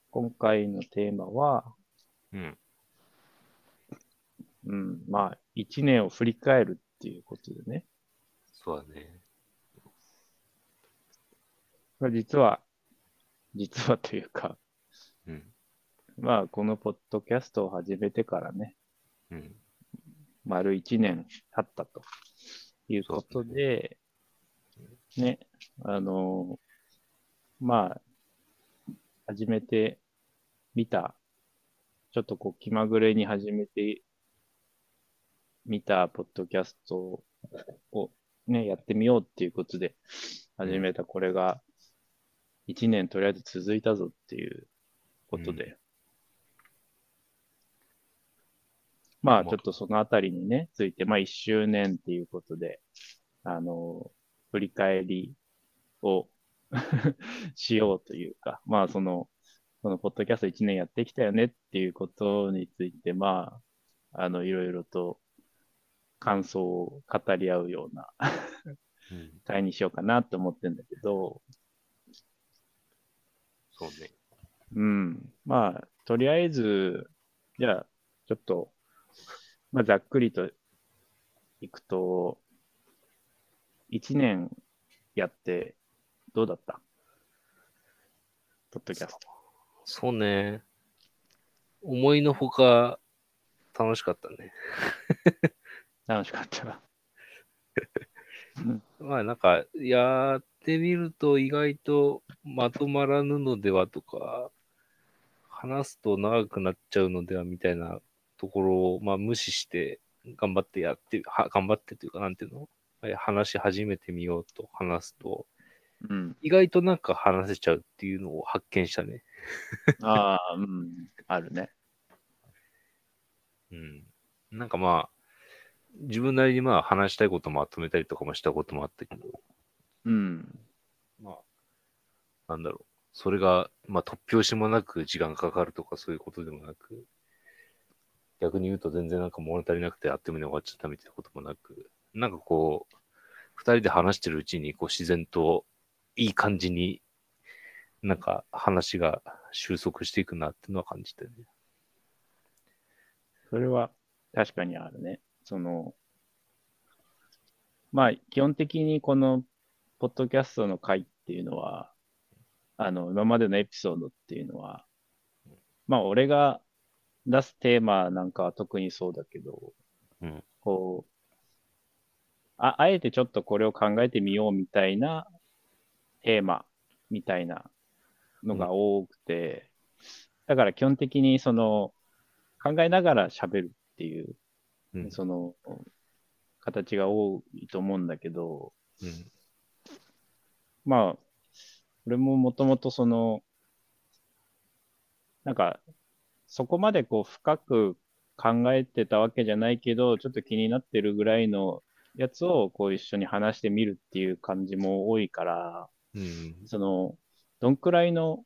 今回のテーマは、 うん。 まあ、一年を振り返るっていうことでね。 そうだね。 これ実はというか、 うん。 まあ、このポッドキャストを始めてからね、 うん。 丸一年経ったということそうだね。 で、ね、あの、まあ、始めてみた、ちょっとこう気まぐれに始めてみたポッドキャストをね、やってみようっていうことでうん。 始めたこれが一年とりあえず続いたぞっていうこうん。 とで、まあ、 まあ、 ちょっとそのあたりにね、ついて、まあ、一周年っていうことで、あの、振り返りをしようというか、まあ、そのポッドキャスト一年やってきたよねっていうことについて、まあ、いろいろと感想を語り合うようなうん。 会にしようかなと思ってんだけど、 そうね。 まあ、とりあえず、じゃあ、ちょっと、まあ、ざっくりといくと、一年やってどうだったポッドキャスト？ そうね。思いのほか楽しかったね。 楽しかった。うん。 まあなんか、やってみると意外とまとまらぬのではとか、話すと長くなっちゃうのではみたいなところを、まあ無視して頑張ってやって、頑張ってというかなんていうの話し始めてみようと話すと、 うん。 意外となんか話せちゃうっていうのを発見したね。 ああ、あるね。 うん。なんかまあ、自分なりにまあ話したいことまとめたりとかもしたこともあったけど、 うん。 まあ、なんだろう。それが、まあ突拍子もなく時間かかるとかそういうことでもなく、逆に言うと全然なんか物足りなくてあっという間に終わっちゃったみたいなこともなく、なんかこう、二人で話してるうちにこう自然といい感じになんか話が収束していくなっていうのは感じてね。 それは確かにあるね。まあ、基本的にこの、ポッドキャストの回っていうのは、今までのエピソードっていうのは、まあ、俺が出すテーマなんかは特にそうだけど、 うん。 こう、あえてちょっとこれを考えてみようみたいなテーマみたいなのうん。 が多くて、だから基本的に考えながら喋るっていう、 うん。 その、形が多いと思うんだけど、 うん。 まあ、俺ももともとなんか、そこまでこう深く考えてたわけじゃないけど、ちょっと気になってるぐらいのやつをこう一緒に話してみるっていう感じも多いから、 うん。 その、どんくらいの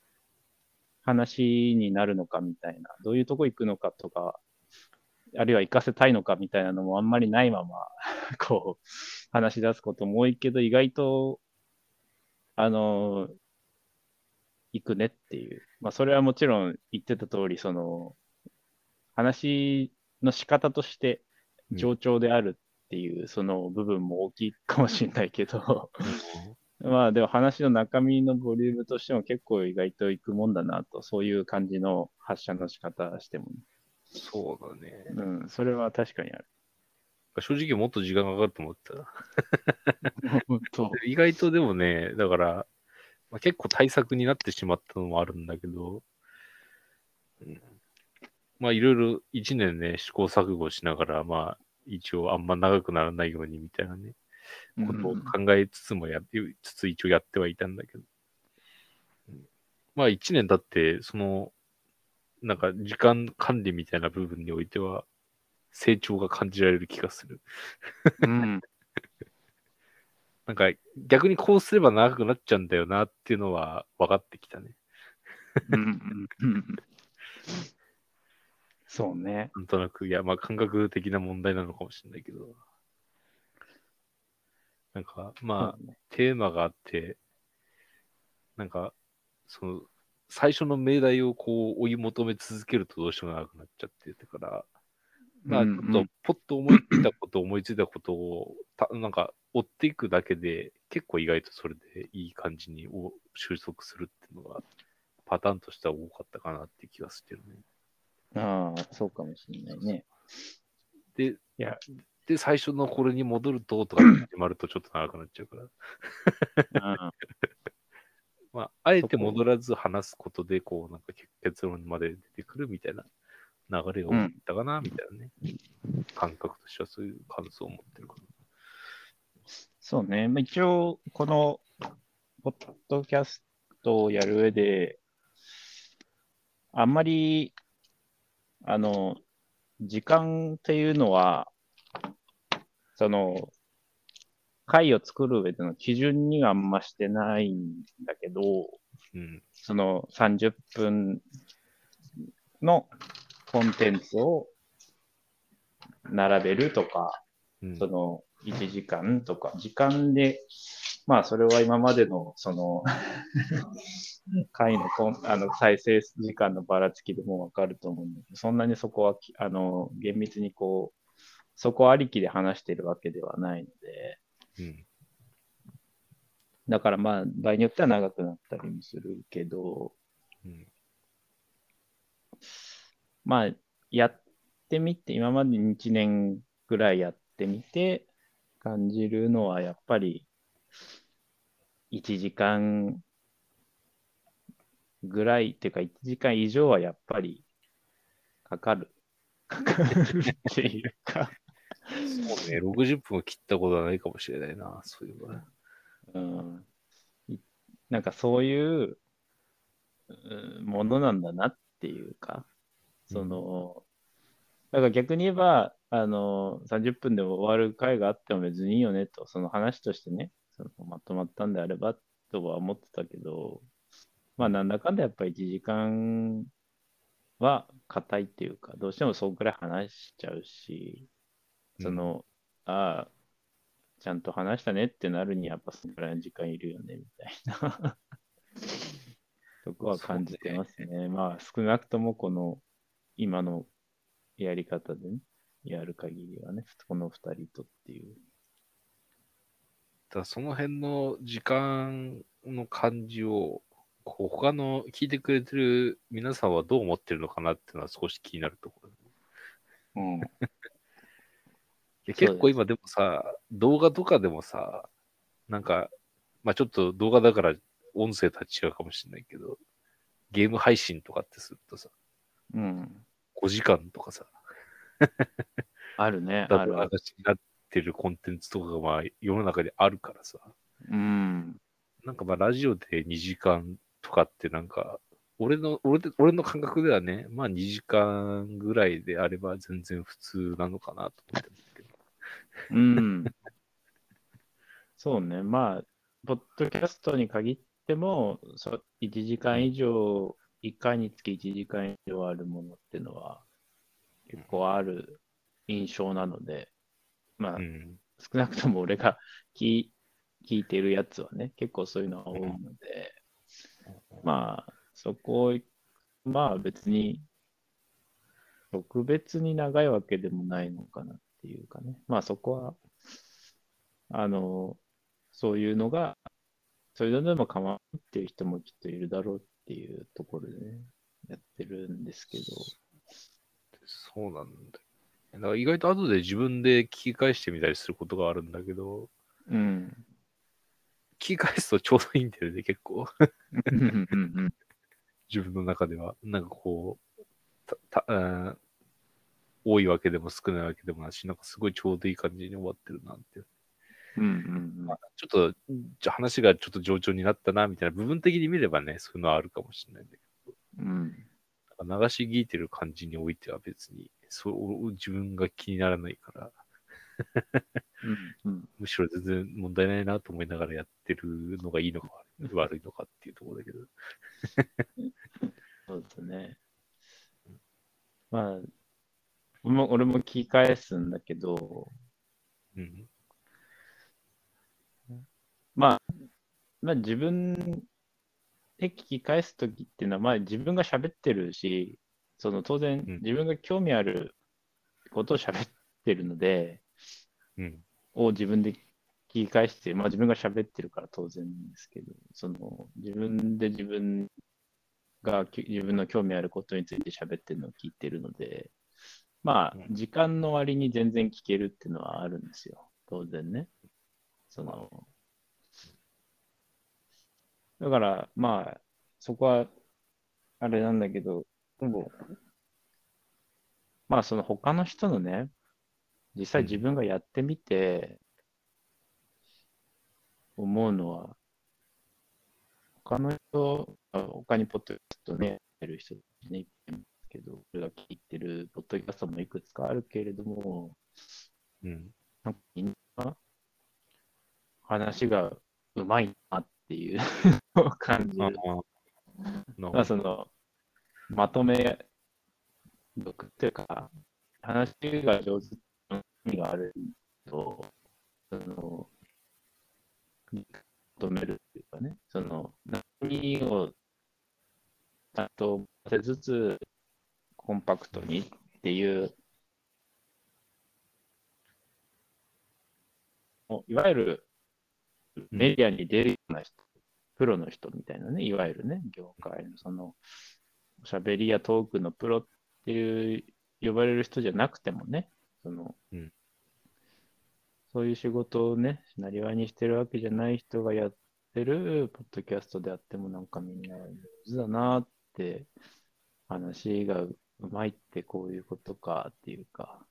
話になるのかみたいな、どういうとこ行くのかとか、あるいは行かせたいのかみたいなのもあんまりないまま、こう、話し出すことも多いけど、意外と、あの、行くねっていう。まあ、それはもちろん言ってた通り、話の仕方としてうん。 冗長であるっていう、その部分も大きいかもしれないけど、 うん。 まあ、でも話の中身のボリュームとしても結構意外と行くもんだなと、そういう感じの発射の仕方してもね。 そうだね。 それは確かにある。 正直もっと時間かかると思ってた。 本当。 意外とでもね、だから、まあ、結構対策になってしまったのもあるんだけど、うん、まあいろいろ一年ね、試行錯誤しながら、まあ一応あんま長くならないようにみたいなね、 うことをん。 考えつつもやってつつ一応やってはいたんだけど、うん、まあ一年経って、なんか時間管理みたいな部分においては、成長が感じられる気がする。 うん。 なんか逆にこうすれば長くなっちゃうんだよなっていうのは分かってきたね。 うん。うん。そうね。 なんとなく、いや、まあ感覚的な問題なのかもしれないけど、なんかまあそうね。 テーマがあって、なんか、その、 最初の命題をこう追い求め続けるとどうしても長くなっちゃってたから、まあちょっとポッと思いついたことをなんか追っていくだけで結構意外とそれでいい感じに収束するっていうのがパターンとしては多かったかなっていう気がしてるね。 ああ、そうかもしれないね。 で、 いや、 最初のこれに戻るととかって始まるとちょっと長くなっちゃうから。 ああ、 まあ、あえてそこ。 戻らず話すことで、こう、なんか結論まで出てくるみたいな流れが多かったかな、みたいなね。感覚としてはそういう感想を持ってるかな。 そうね。まあ、一応、この、ポッドキャストをやる上で、あんまり、あの、時間っていうのは、その、回を作る上での基準にはあんましてないんだけど、 うん。 その30分のコンテンツを並べるとか、 うん。 その1時間とか、時間で、まあそれは今までのその回の再生時間のばらつきでもわかると思うんだけど、そんなにそこは厳密にこう、そこありきで話してるわけではないので、 うん。 だからまあ場合によっては長くなったりもするけど、 うん。 まあやってみて、今まで1年ぐらいやってみて感じるのはやっぱり1時間ぐらいっていうか1時間以上はやっぱりかかる。かかるっていうかそうね、60分を切ったことはないかもしれないな、そういうのは。 うん、なんかそういうものなんだなっていうか、そうん。 の、だから逆に言えば、30分で終わる回があっても別にいいよねと、その話としてね、そのまとまったんであればとは思ってたけど、まあなんだかんだやっぱり1時間は硬いっていうか、どうしてもそんくらい話しちゃうし、 うん。 その、ああ、ちゃんと話したねってなるにやっぱそんくらいの時間いるよね、みたいなとこはそうね。 感じてますね。まあ少なくともこの今のやり方でね、やる限りはね、この二人とっていう。 だからその辺の時間の感じを、こう他の聞いてくれてる皆さんはどう思ってるのかなっていうのは少し気になるところ。 うん。 いやそうです。 結構今でもさ、動画とかでもさ、なんか、まあちょっと動画だから音声とは違うかもしれないけど、ゲーム配信とかってするとさ、 うん。 5時間とかさ、 あるね、 ダダあるある。 流しになってるコンテンツとかがまあ世の中であるからさ、 うん。 なんかまあラジオで2時間とかってなんか、俺の感覚ではね、まあ2時間ぐらいであれば全然普通なのかなと思ってるんだけど。 うん。そうね。まあ、ポッドキャストに限っても、1時間以上、1回につき1時間以上あるものっていうのは結構ある印象なので、まあ、 うん。 少なくとも俺が聞いてるやつはね、結構そういうのが多いので、まあ、そこ、まあ別に特別に長いわけでもないのかなっていうかね。まあそこは、あの、そういうのが、そういうのでも構わないっていう人もきっといるだろうっていうところでね、やってるんですけど。 そうなんだ。だから意外と後で自分で聞き返してみたりすることがあるんだけど、 うん。 聞き返すとちょうどいいんだよね、結構。 うんうんうん自分の中では。なんかこう、多いわけでも少ないわけでもなし、なんかすごいちょうどいい感じに終わってるなって。 うんうんちょっと、話がちょっと上調になったな、みたいな部分的に見ればね、そういうのはあるかもしれないんだけうんうんど、なんか流し聞いてる感じにおいては別に、そう自分が気にならないから、 うんうん。 むしろ全然問題ないなと思いながらやってるのがいいのか悪いのかっていうところだけど。 そうですね。まあ、俺も聞き返すんだけど、 うん。 まあ、まあ自分で聞き返すときっていうのは、まあ自分が喋ってるし、その当然うん。 自分が興味あることを喋ってるので、 うん。 を自分で聞き返して、まあ自分が喋ってるから当然ですけど、その自分で自分が自分の興味あることについて喋ってるのを聞いてるので、まあうん。 時間の割に全然聞けるっていうのはあるんですよ。当然ね。そまあ、 の、だからまあそこはあれなんだけど、でもまあその他の人のね、実際自うん。 分がやってみて思うのは、他の人、他にポッドキャストね、やってる人ね、いっぱいいますけど、俺が聞いてるポッドキャストもいくつかあるけれども、 うん。 なんかみんな話がうまいなっていうのを感じああ、 る。まあ、 なるほど。 その、まとめ力っていうか、話が上手な意味があると、その、求めるっていうかね、その、何をちゃんとせつつ、コンパクトにっていう、いわゆるうん。 メディアに出るような人、プロの人みたいなね、いわゆるね、業界のその、おしゃべりやトークのプロっていう呼ばれる人じゃなくてもね、その、 うん。 そういう仕事をね、なりわいにしてるわけじゃない人がやってるポッドキャストであってもなんかみんな上手だなって、話がうまいってこういうことかっていうか、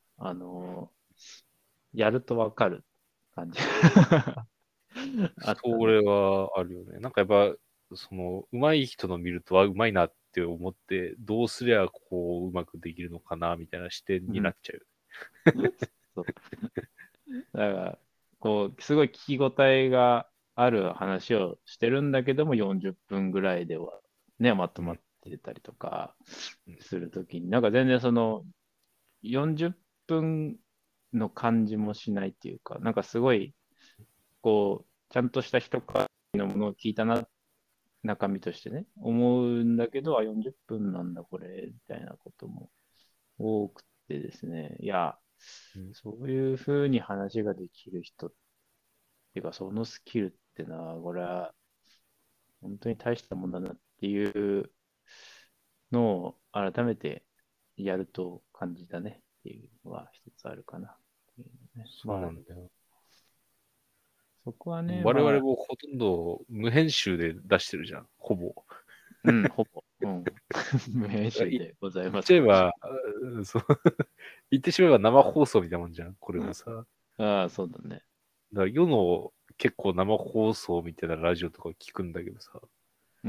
やるとわかる感じあったね。 それはあるよね。なんかやっぱ、上手い人の見ると、上手いなって思って、どうすりゃこう、うまくできるのかな、みたいな視点うん。 になっちゃうよそう。だから、こう、すごい聞き応えがある話をしてるんだけども、40分ぐらいではね、まとまっね。 てたりとかうん。 するときに、なんか全然その40分の感じもしないっていうか、なんかすごい、こう、ちゃんとした人からのものを聞いたな、中身としてね、思うんだけど、あ、40分なんだ、これ、みたいなことも多くてですね、いや、 うん。 そういうふうに話ができる人っていうか、そのスキルってのは、これは本当に大したもんだなっていうのを改めてやると感じたねっていうのは一つあるかなっていうね。 そうまあ、 なんだよ。 そこはね、 我々 まあ、 もほとんど無編集で出してるじゃん、ほぼ。 うん、ほぼ、うん、無編言集でございっます。 ちゃえば、そう、言ってしまえば生放送みたいなもんじゃん、これもさ。だかああ、そうだね。 ら世の結構生放送みたいなラジオとか聞くんだけどさ、 うん、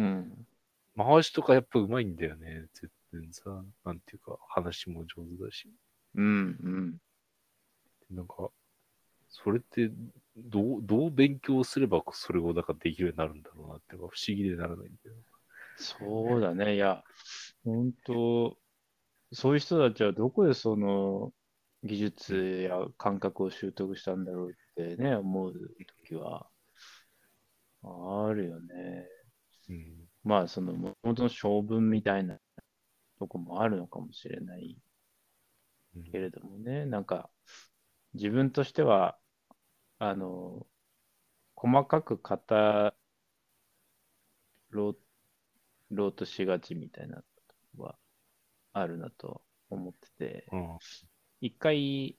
回しとかやっぱうまいんだよね、絶対さ。なんていうか、話も上手だし。 うん、うん。 なんか、それってどう勉強すればそれをなんかできるようになるんだろうなっていうか不思議でならないんだよ。 そうだね。いや、本当、そういう人たちはどこでその技術うん。 や感覚を習得したんだろうってね、思うときはあるよね。 うん。 まあ、その、もともとの性分みたいなとこもあるのかもしれないうん。 けれどもね、なんか、自分としては、あの、細かく語ろう、ろうとしがちみたいなとこはあるなと思ってて、 うん。 一回、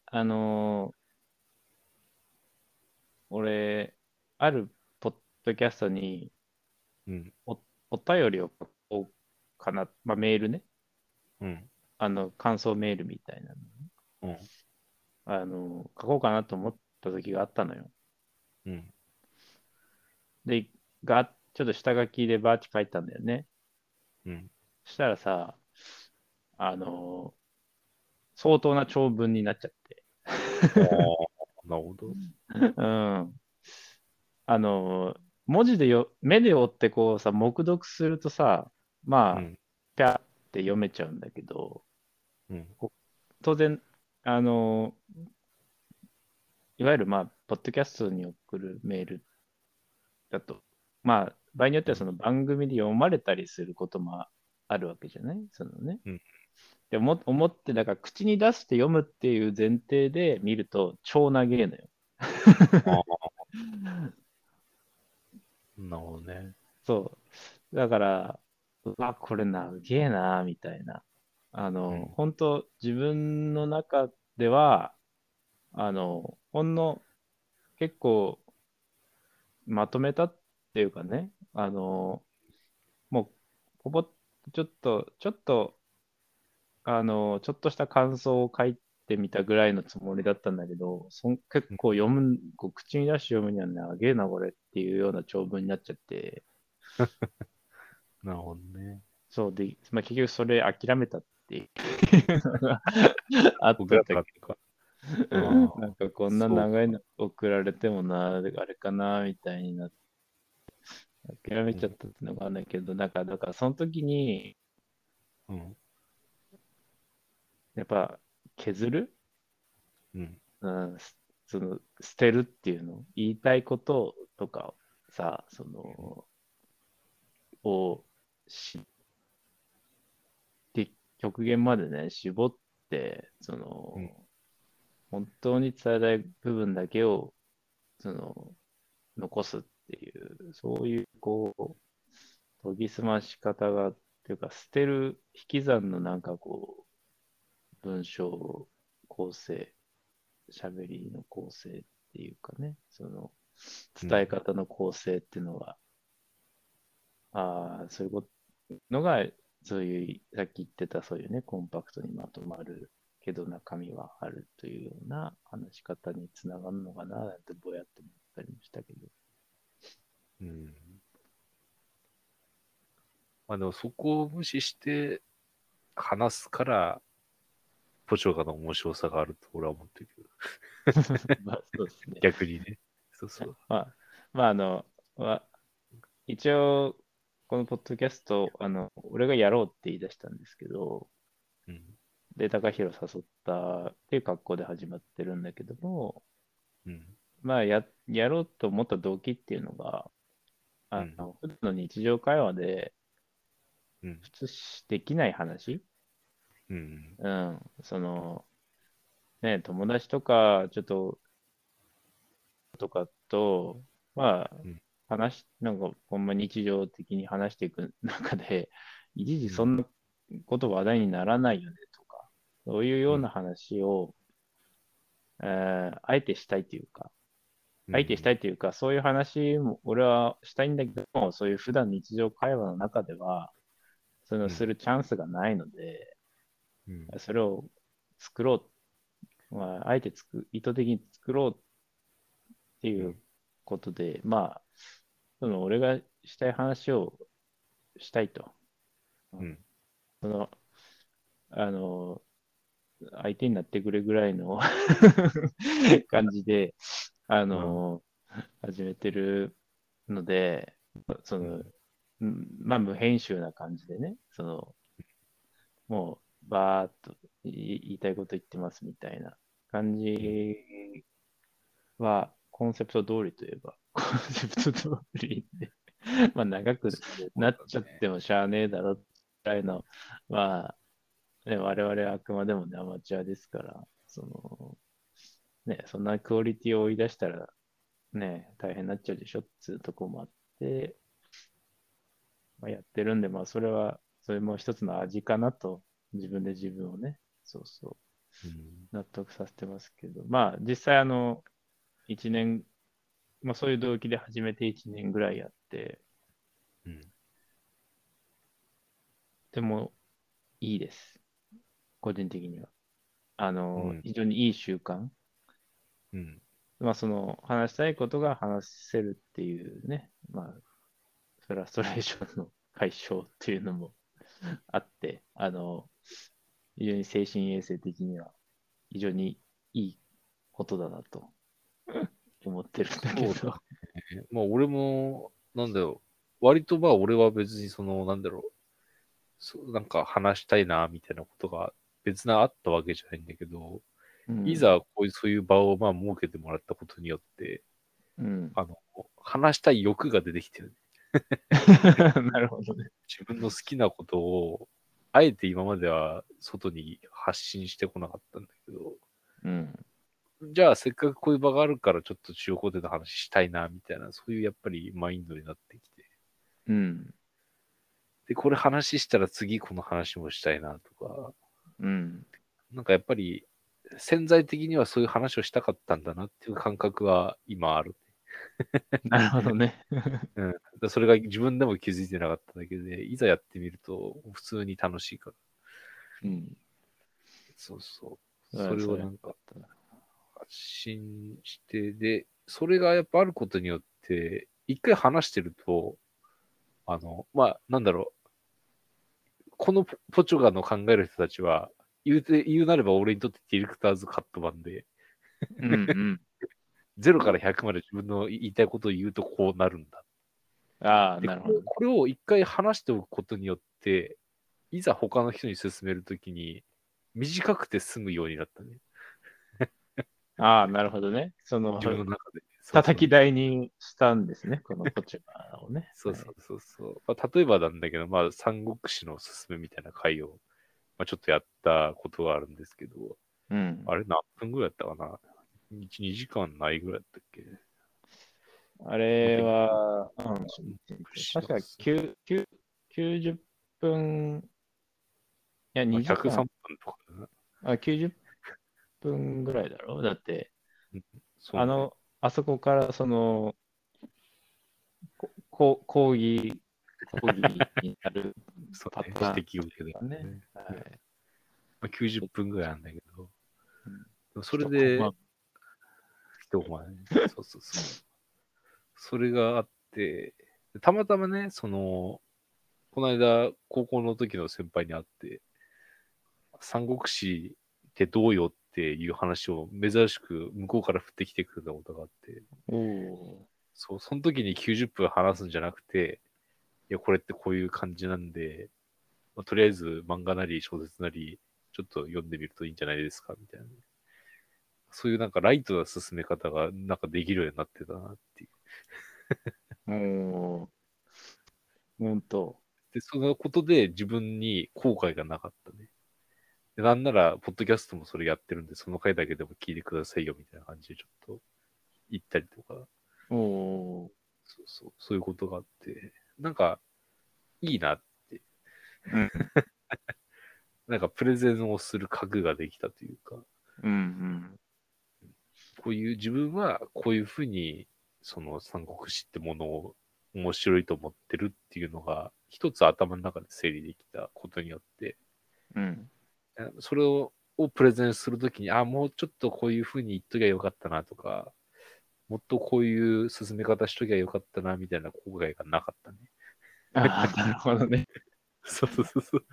俺、あるポッドキャストにうん。 お、お便りを書こうかな、まあ、メールね、 うん。 感想メールみたいなの、 うん。 書こうかなと思った時があったのよ。 うん。 で、ちょっと下書きでバーチ書いたんだよね。 うん。 そしたらさ、あの、相当な長文になっちゃって。 ああ、なるほど。 うん。あの、目で追ってこうさ、黙読するとさ、まあ、 うん。 ぴゃって読めちゃうんだけど、 うん。 こ当然、あの、いわゆるまあ、ポッドキャストに送るメールだと、まあ、 場合によってはその番組で読まれたりすることもあるわけじゃないそのね。 うん。 で思って、だから口に出して読むっていう前提で見ると超長えのよ。 ああ、なるほどね。 そう。だから、うわ、これ長えな、みたいな。 うん。 本当自分の中では、ほんの結構まとめたっていうかね、もう、ぽぽっちょっと、ちょっとした感想を書いてみたぐらいのつもりだったんだけど、結構こう口に出して読むには長えな、これっていうような長文になっちゃって、 なるほどね。 そうで、まあ、結局それ諦めたっていうのがあった僕らんだけだったか。 ど、 ああ、 なんかこんなそうか。 長いの送られてもな、あれかな、みたいになって、諦めうん。 ちゃったっていうのがあるんだけど、だからその時に、 うん。 やっぱ削る、 うん。 うん、その捨てるっていうの、言いたいこととかさ、を知って極限までね、絞って、 うん。 本当に伝えたい部分だけを、その、残すっていう、そういう、こう、研ぎ澄まし方が、っていうか、捨てる引き算のなんかこう、文章構成、喋りの構成っていうかね、 うん。 伝え方の構成っていうのは、そういうのが、そういう、さっき言ってた、そういうね、コンパクトにまとまるけど中身はあるというような話し方につながるのかな、なんてぼやって思ったりもしたけど。 うん。まあでもそこを無視して話すから、ポチョガの面白さがあると俺は思ってるけど。 まあ、そうですね。 逆にね。そうそう。 まあ、まあ、まあ、一応、このポッドキャスト、俺がやろうって言い出したんですけど、 うん。 で、高弘誘ったっていう格好で始まってるんだけども、 うん。 まあ、やろうと思った動機っていうのが、 うん。 普段の日常会話で、 うん。 普通できない話、 うん。 うん、ね、友達とか、ちょっと、とかと、まあ、 うん。 なんか、ほんま日常的に話していく中で、一時うん。 そんなこと話題にならないよねとか、そういうようん。 うな話を、あえてしたいというか、あえてしたうん。 いというか、そういう話も俺はしたいんだけども、そういう普段日常会話の中では、そういうのをうん。 するチャンスがないので、 うん。 それを作ろう、あえて意図的に作ろうっていううん。 ことで、まあ、俺がしたい話をしたいと。 うん。 その、あの、相手になってくれぐらいの感じで、あうん。 の、始めてるので、その、 うん。 まあ、無編集な感じでね、もう、バーっと言いたいこと言ってますみたいな感じは、コンセプト通りといえば、コンセプト通りで、まあ、長くそうなっちゃっだね。 てもしゃあねえだろ、ぐらいの、まあ、ね、我々はあくまでもね、アマチュアですから、ね、そんなクオリティを追い出したら、ね、大変になっちゃうでしょっていうところもあって、まあ、やってるんで、まあ、それも一つの味かなと、自分で自分をね、そうそう、 うん。 納得させてますけど、まあ、実際一年、まあ、そういう動機で始めて一年ぐらいやって、 うん。 でもいいです。個人的には。 うん。 非常にいい習慣。 うん。 まあ、話したいことが話せるっていうね、まあ、フラストレーションの解消っていうのもあって、非常に精神衛生的には非常にいいことだなと思ってるんだけそうだど。 ね。まあ俺も、なんだよ。割とまあ俺は別にその、なんだろう。なんか話したいな、みたいなことが別なあったわけじゃないんだけど、 うん、 いざそういう場をまあ設けてもらったことによって、 うん。 話したい欲が出てきてるね。 なるほどね。 自分の好きなことを、あえて今までは外に発信してこなかったんだけど、 うん。 じゃあせっかくこういう場があるからちょっと中古での話したいな、みたいな、そういうやっぱりマインドになってきて。 うん。 で、これ話したら次この話もしたいなとか、 うん。 なんかやっぱり潜在的にはそういう話をしたかったんだなっていう感覚は今ある。 なるほどね。 うん。それが自分でも気づいてなかっただけで、いざやってみると普通に楽しいから。 うん。 そうそう。それそれはよをなんかかったな。 発信して、で、それがやっぱあることによって、一回話してると、まあ、なんだろう、このポチョガの考える人たちは、言うなれば俺にとってディレクターズカット版で、 うんうん。 0から100まで自分の言いたいことを言うとこうなるんだ。 ああ、 で、 なるほどね。 これを一回話しておくことによって、いざ他の人に進めるときに、短くて済むようになったね。 ああ、なるほどね。その、 自分の中で。そうそう。 叩き台にしたんですね。このポチュラをね。はい。 そうそうそうそう。まあ、例えばなんだけど、まあ、三国志のすすめみたいな回を、まあ、ちょっとやったことがあるんですけど、 うん。 あれ何分ぐらいやったかな？ 1、2時間ないぐらいやったっけ？ あもっとれいいかな。 は、うん、 三国志確かのすすめ。 90分、いや、 まあ、 2時 103 間、 分とかだな。 90分ぐらいだろう。だって、 うん、そうね。 あそこからその、講義になるそうね。 パターン指摘を受けたというかね。 ね。 はうん、 い。 まあ、90分ぐらいなんだけど、 うん、 それ一コマ。 で、一コマね。そうそうそう。それがあって、たまたまね、この間、高校の時の先輩に会って、三国志ってどうよっていう話を珍しく向こうから振ってきてくれたことがあって、 おおそう、その時に90分話すんじゃなくて、いや、これってこういう感じなんで、まあ、とりあえず漫画なり小説なり、ちょっと読んでみるといいんじゃないですか、みたいな。そういうなんかライトな進め方がなんかできるようになってたなっていう。 ー。おー。うんと。 で、そのことで自分に後悔がなかったね。でなんなら、ポッドキャストもそれやってるんで、その回だけでも聞いてくださいよ、みたいな感じでちょっと言ったりとか、 おお。 そうそう、そういうことがあって、なんか、いいなって、 うん。 なんかプレゼンをする覚ができたというか、 うん。 こういう自分はこういうふうに、その三国志ってものを面白いと思ってるっていうのが、一つ頭の中で整理できたことによって、 うん。 それをプレゼンするときに、あ、もうちょっとこういうふうに言っときゃよかったなとか、もっとこういう進め方しときゃよかったなみたいな後悔がなかったね。 ああ、なるほどね。 そうそうそうそう。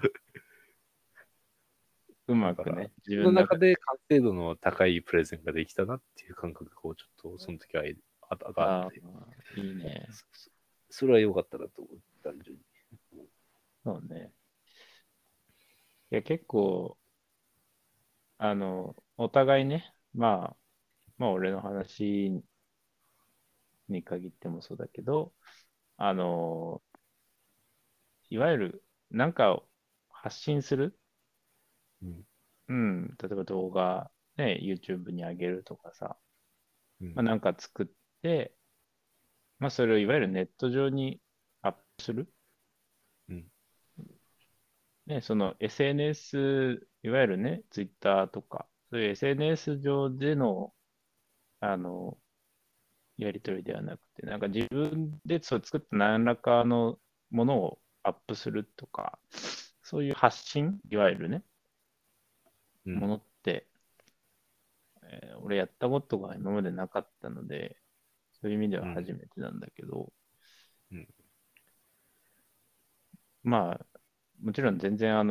うだから、 まくね、自自分の分の中で。 中で完成度の高いプレゼンができたなっていう感覚をちょっとその時はあっああ、 て、 いいね。 それは良かったなと思った、単純に。 そうね。いや、結構、お互いね、まあ、俺の話に限ってもそうだけど、あの、いわゆる、なんかを発信する、 うん。 うん、例えば動画、ね、YouTube に上げるとかさ、 うん。 まあ、なんか作って、まあ、それをいわゆるネット上にアップする。 うん。 ね、その SNS、いわゆるね、Twitter とか、そういう SNS 上での、あの、やり取りではなくて、なんか自分でそう作った何らかのものをアップするとか、そういう発信、いわゆるね、 うん。 ものって、俺やったことが今までなかったので、そういう意味ではうん。 初めてなんだけど、 うん。 まあ、もちろん全然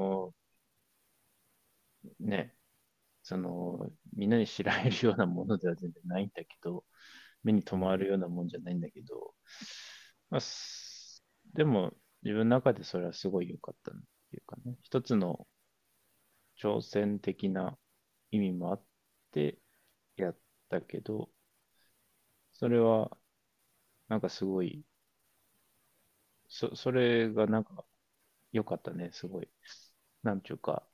ね、みんなに知られるようなものでは全然ないんだけど、目に留うん。 まるようなもんじゃないんだけど、まあ、でも自分の中でそれはすごい良かったっていうかね、一つの挑戦的な意味もあってやったけど、それはなんかすごいそれがなんか良かったね、すごい。なんちゅうか、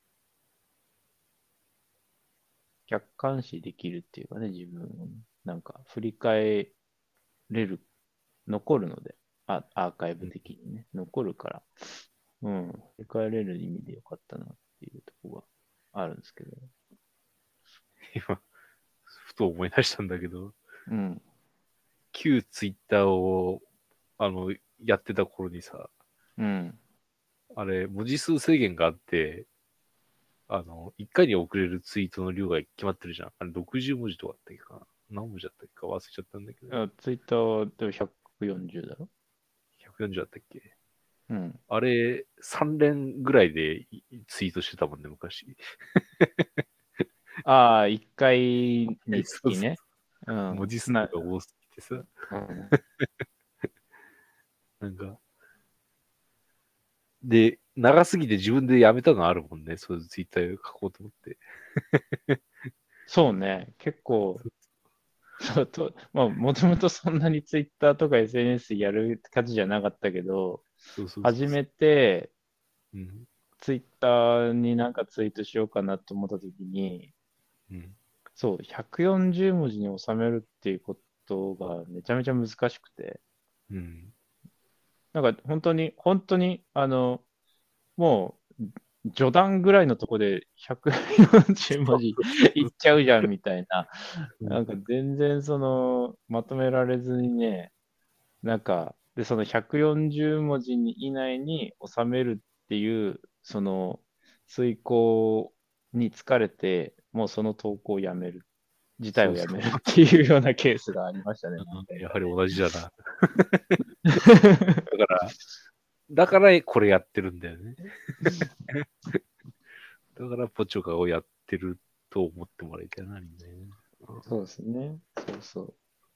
客観視できるっていうかね、自分をね、なんか振り返れる、残るので、アーカイブうん、 的にね、残るから、うん、振り返れる意味で良かったなっていうところがあるんですけど。 今、ふと思い出したんだけど、 うん、 旧ツイッターを、やってた頃にさ、 うん。 あれ、文字数制限があって、一回に送れるツイートの量が決まってるじゃん。あれ、60文字とかあったっけかな。何文字だったっけか忘れちゃったんだけど、 ツイッターでも140だろ？ 140だったっけ。 うん。 あれ、3連ぐらいでツイートしてたもんね、昔。 ああ、1回につそうそきね。うう。文ん。 字数が多すぎてさ、 うん。 なんか、で、長すぎて自分でやめたのあるもんね。そういうツイッター書こうと思って。 そうね。結構、そうと、まあ、もともとそんなにツイッターとか SNS やる感じじゃなかったけど、 そうそうそうそ初めてう。うん。 ツイッターになんかツイートしようかなと思ったときに、 うん。 そう、140文字に収めるっていうことがめちゃめちゃ難しくて、 うん。 なんか本当に、もう序段ぐらいのとこで140文字いっちゃうじゃんみたいな、 うん。 なんか全然まとめられずにね、なんか、で、その140文字以内に収めるっていう、遂行に疲れて、もうその投稿をやめる、自体そうそをやめるっていうようなケースがありましたね、 う。 何回かね。 やはり同じだな。だから、これやってるんだよね。だからポチョカをやってると思ってもらいたいな、みんなにね。 そうですね。そうそ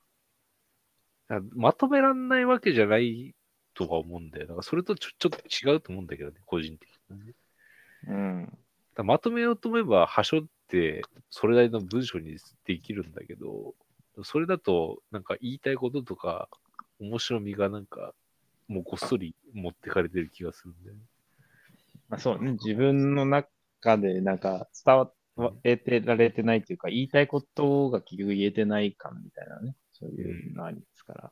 まとめらんないわけじゃないとは思うんだよ。だからそれとちょっと違うと思うんだけどね、個人的にね。 う。うん。 まとめようと思えば、端折ってそれなりの文章にできるんだけど、それだと、なんか言いたいこととか、面白みがなんか、もうごっそり持ってかれてる気がするんだよね。 まあ、そうね。自分の中でなんか伝えてられてないというか、言いたいことが結局言えてない感みたいなね。そううん。 いうのありますから。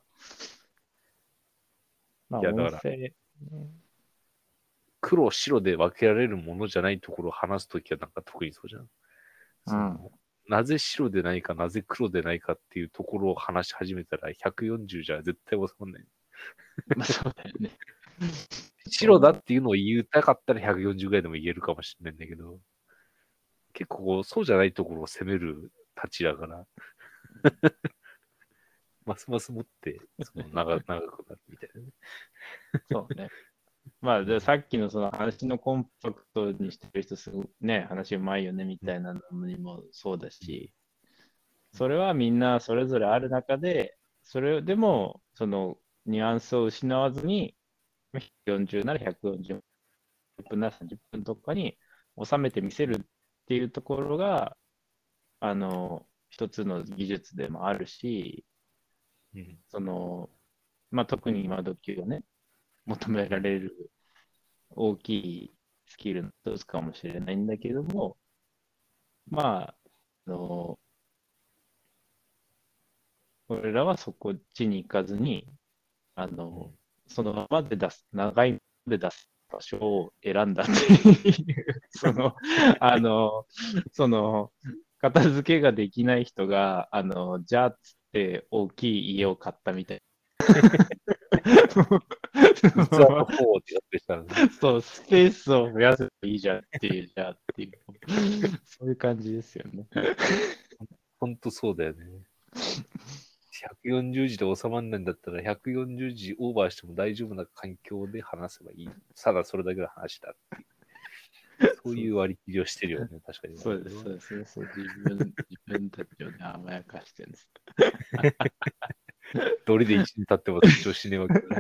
まあ、 いや、だから、 音声、 黒白で分けられるものじゃないところを話すときはなんか特にそうじゃん。 うん。 なぜ白でないか、なぜ黒でないかっていうところを話し始めたら140じゃ絶対収まんない。 まあ、そうだよね。 白だっていうのを言いたかったら140ぐらいでも言えるかもしれないんだけど、結構そうじゃないところを攻めるたちだから、ますますもって、長くなるみたいなね。 そうね。まあ、 うん。 で、さっきのその話のコンパクトにしてる人すごいね、話うまいよねみうん。 たいなのにもそうだうん。 し、それはみんなそれぞれある中で、それでも、ニュアンスを失わずに、40なら140、10分なら30分とかに収めてみせるっていうところが、一つの技術でもあるし、 うん。 その、まあ、特に今時をね、求められる大きいスキルの一つかもしれないんだけども、まあ、俺らはそこっちに行かずに、あの、 うん。 そのままで出す、長いままで出す場所を選んだっていう、あの、その、片付けができない人が、じゃあっつって大きい家を買ったみたい器な。 の方を手ってしたらね。 そう、スペースを増やせばいいじゃんっていう、じゃあっていう、そういう感じですよね。 ほんとそうだよね。140字で収まんないんだったら、140字オーバーしても大丈夫な環境で話せばいい。ただそれだけの話だっていう。そうそういう割り切りをしてるよね、確かに我そうです、 々は。 そうです、そう、自分たちをね、甘やかしてるんです。 どれで一年経っても成長しねえわけだから。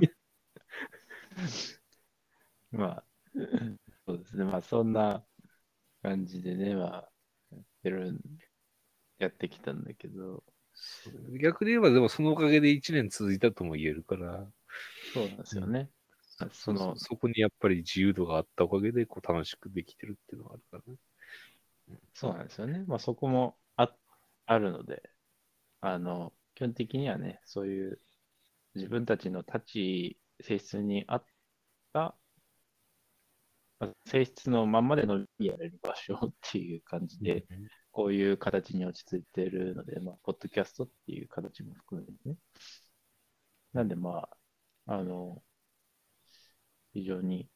まあ、そうですね。まあ、そんな感じでね、まあ、やってきたんだけど、 逆に言えば、でもそのおかげで1年続いたとも言えるから、 そうなんですうん。 よね。 そこにやっぱり自由度があったおかげで、こう楽しくできてるっていうのがあるからね。 そうなんですよね。まあそこもあるので、基本的にはね、そういう自分たちの性質に合った、まあ性質のまんまで伸びやれる場所っていう感じで、 うんこういう形に落ち着いているので、まあ、ポッドキャストっていう形も含めてね。なんでまあ、非常に、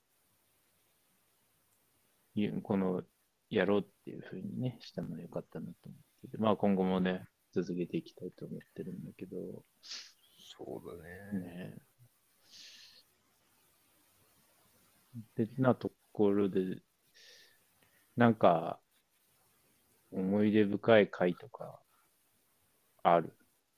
この、やろうっていうふうにね、したのは良かったなと思ってて、まあ今後もね、続けていきたいと思ってるんだけど、 そうだね。 ね、でなところで、なんか、思い出深い回とかある？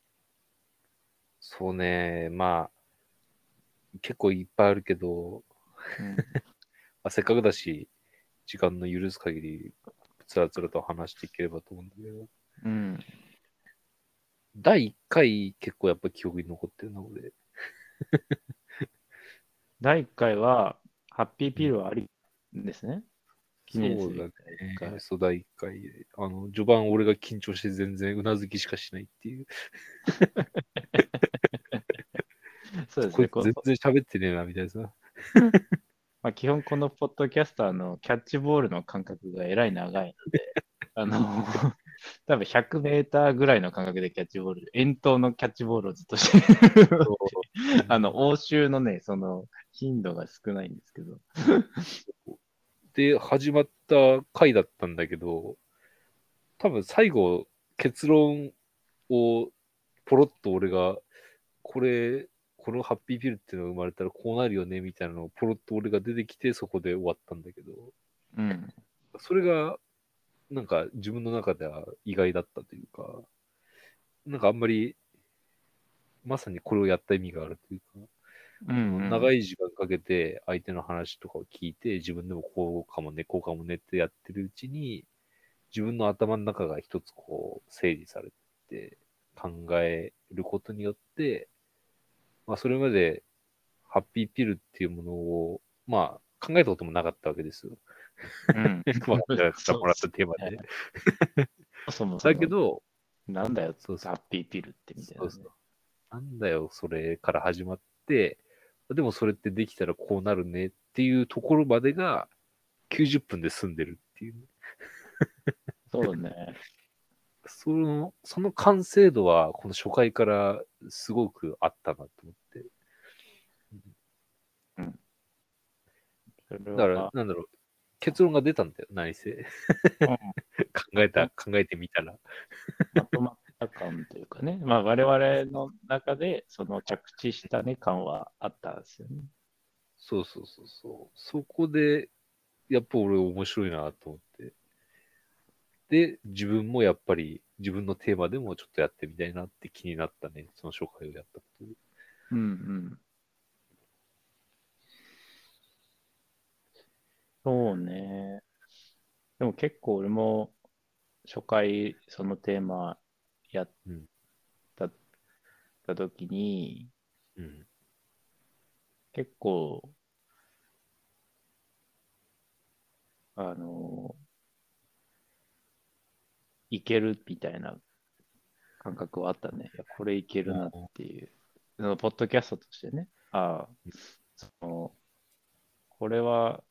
そうね。まあ、結構いっぱいあるけど、 うん。 まあ、せっかくだし、時間の許す限り、つらつらと話していければと思うんだけど、 うん。 第1回結構やっぱ記憶に残ってるな、俺。 第1回は、ハッピーうん、 ピルはありですね。記念すそうだべき第1 ね。 回。 そう、第1回で。序盤俺が緊張して全然うなずきしかしないっていう。 そうですね。 こいつ全然喋ってねえな、みたいなさ。 まあ、基本このポッドキャスターのキャッチボールの間隔がえらい長いので、多分100メーターぐらいの間隔でキャッチボール、遠投のキャッチボールをずっとしてるので、 そう。 応酬のね、その頻度が少ないんですけど。 で、始まった回だったんだけど、多分最後、結論をポロッと俺が、これ、このハッピーピルっていうのが生まれたらこうなるよね、みたいなのをポロッと俺が出てきて、そこで終わったんだけど、 うん。 それが、なんか自分の中では意外だったというか、なんかあんまり、まさにこれをやった意味があるというか、 うん、 長い時間かけて相手の話とかを聞いて、自分でもこうかもね、こうかもねってやってるうちに、自分の頭の中が一つこう整理されて考えることによって、まあそれまでハッピーピルっていうものを、まあ考えたこともなかったわけですよ。 うん。 まあ、からそうですもらったテーマね。 で。 そもそも、 だけど、 なんだよ、 そうそう、 ハッピーピルってみたいなね。 そうそう。なんだよ、それから始まって、でもそれってできたらこうなるねっていうところまでが90分で済んでるっていう。 そうね。 その完成度はこの初回からすごくあったなと思って。 うん。それだから、 は、 なんだろう、結論が出たんだよ、何せ。 うん、まと、 考えてみたら。 まとまった感というかね。まあ、我々の中で、その着地したね、感はあったんですよね。 そうそうそうそう。そこで、やっぱ俺面白いなと思って。で、自分もやっぱり自分のテーマでもちょっとやってみたいなって気になったね。その初回をやったことで。 うんうん。そうね。でも結構俺も初回そのテーマやっうん。 た時に、 うん。 結構、あの、いけるみたいな感覚はあったね。いや、これいけるなっていう。そのポッドキャストとしてね。その、これは、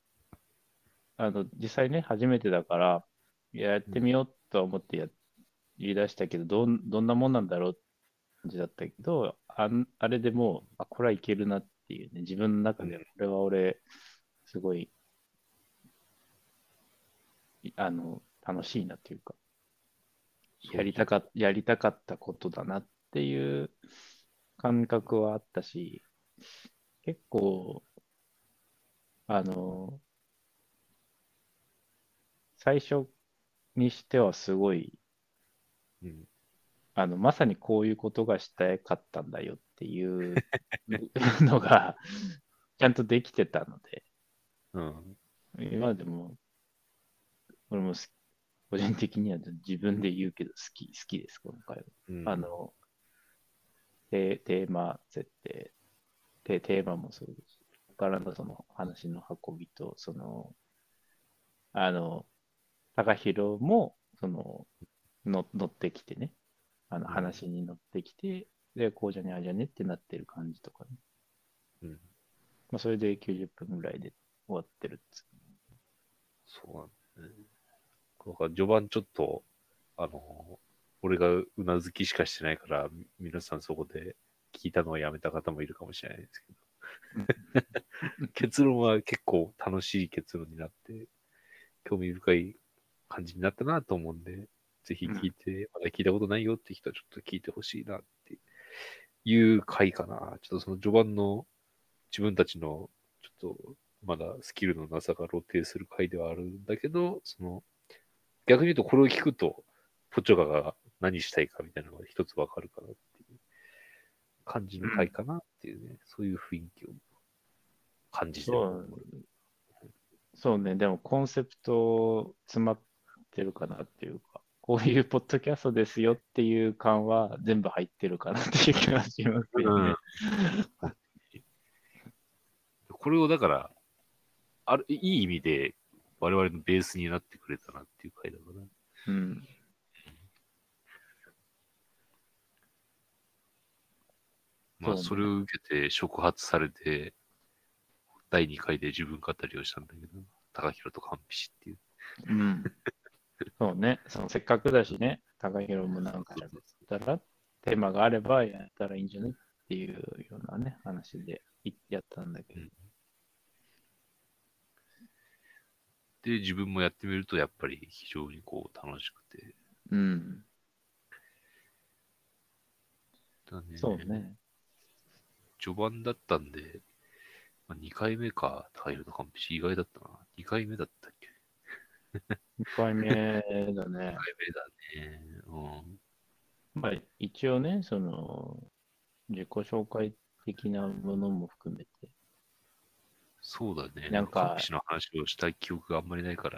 実際ね、初めてだから、やってみようと思って言い出したけど、どんなもんなんだろうって感じだったけど、あれでもう、これはいけるなっていうね、自分の中うん。 で、これは俺、すごい、楽しいなっていうか、 そうそうそやりたかったことだなっていう感覚はあったし、結構、あの、最初にしてはすごい、 う。うん。 まさにこういうことがしたかったんだよっていうのがちゃんとできてたので、 うん。 今でも、俺も個人的には自分で言うけど好きです、今回は。 うん。 あの、テーマ設定。 テーマもそうですし、ここからのその話の運びと、あの、高弘も、乗ってきてね、 うん。 話に乗ってきて、で、こうじゃね、ああじゃねってなってる感じとかね。 うん。 まあ、それで90分ぐらいで終わってるっつそうなんだね。だから序盤ちょっと、あの、俺がうなずきしかしてないから、皆さんそこで聞いたのをやめた方もいるかもしれないですけど、 う。うん結論は結構楽しい結論になって、興味深い感じになったなと思うんで、ぜひ聞いて、まだ聞いたことないよって人はちょっと聞いてほしいなっていう回かな。ちょっとその序盤の自分たちのちょっとまだスキルのなさが露呈する回ではあるんだけど、逆に言うとこれを聞くと、ポチョガが何したいかみたいなのが一つわかるかなっていう感じの回かなっていうね、そういう雰囲気を感じてるな、 そう、 これ。 そうね、でもコンセプト詰まってるかなっていうか、こういうポッドキャストですよっていう感は全部入ってるかなっていう気がしますようん。 ね。 これをだから、いい意味で我々のベースになってくれたなっていう回だから。 うん。 まあ、 そうね。 それを受けて触発されて、第2回で自分語りをしたんだけど、高弘とカンピシっていう。 うん。そうね。せっかくだしね、高弘もなんか喋っそうそうそたら、テーマがあればやったらいいんじゃねっていうようなね、話でやったんだけど。 う。うん。で、自分もやってみると、やっぱり非常にこう楽しくて。 うん。 だね。 そうね。 序盤だったんで、まあ、2回目か、タイルとカンピシ意外だったな。2回目だったっけ？ 2回目だ 2 ね。 回目だね。うん。 まあ、一応ね、自己紹介的なものも含めて、 そうだね。 なんか、 カンピシの話をした記憶があんまりないから、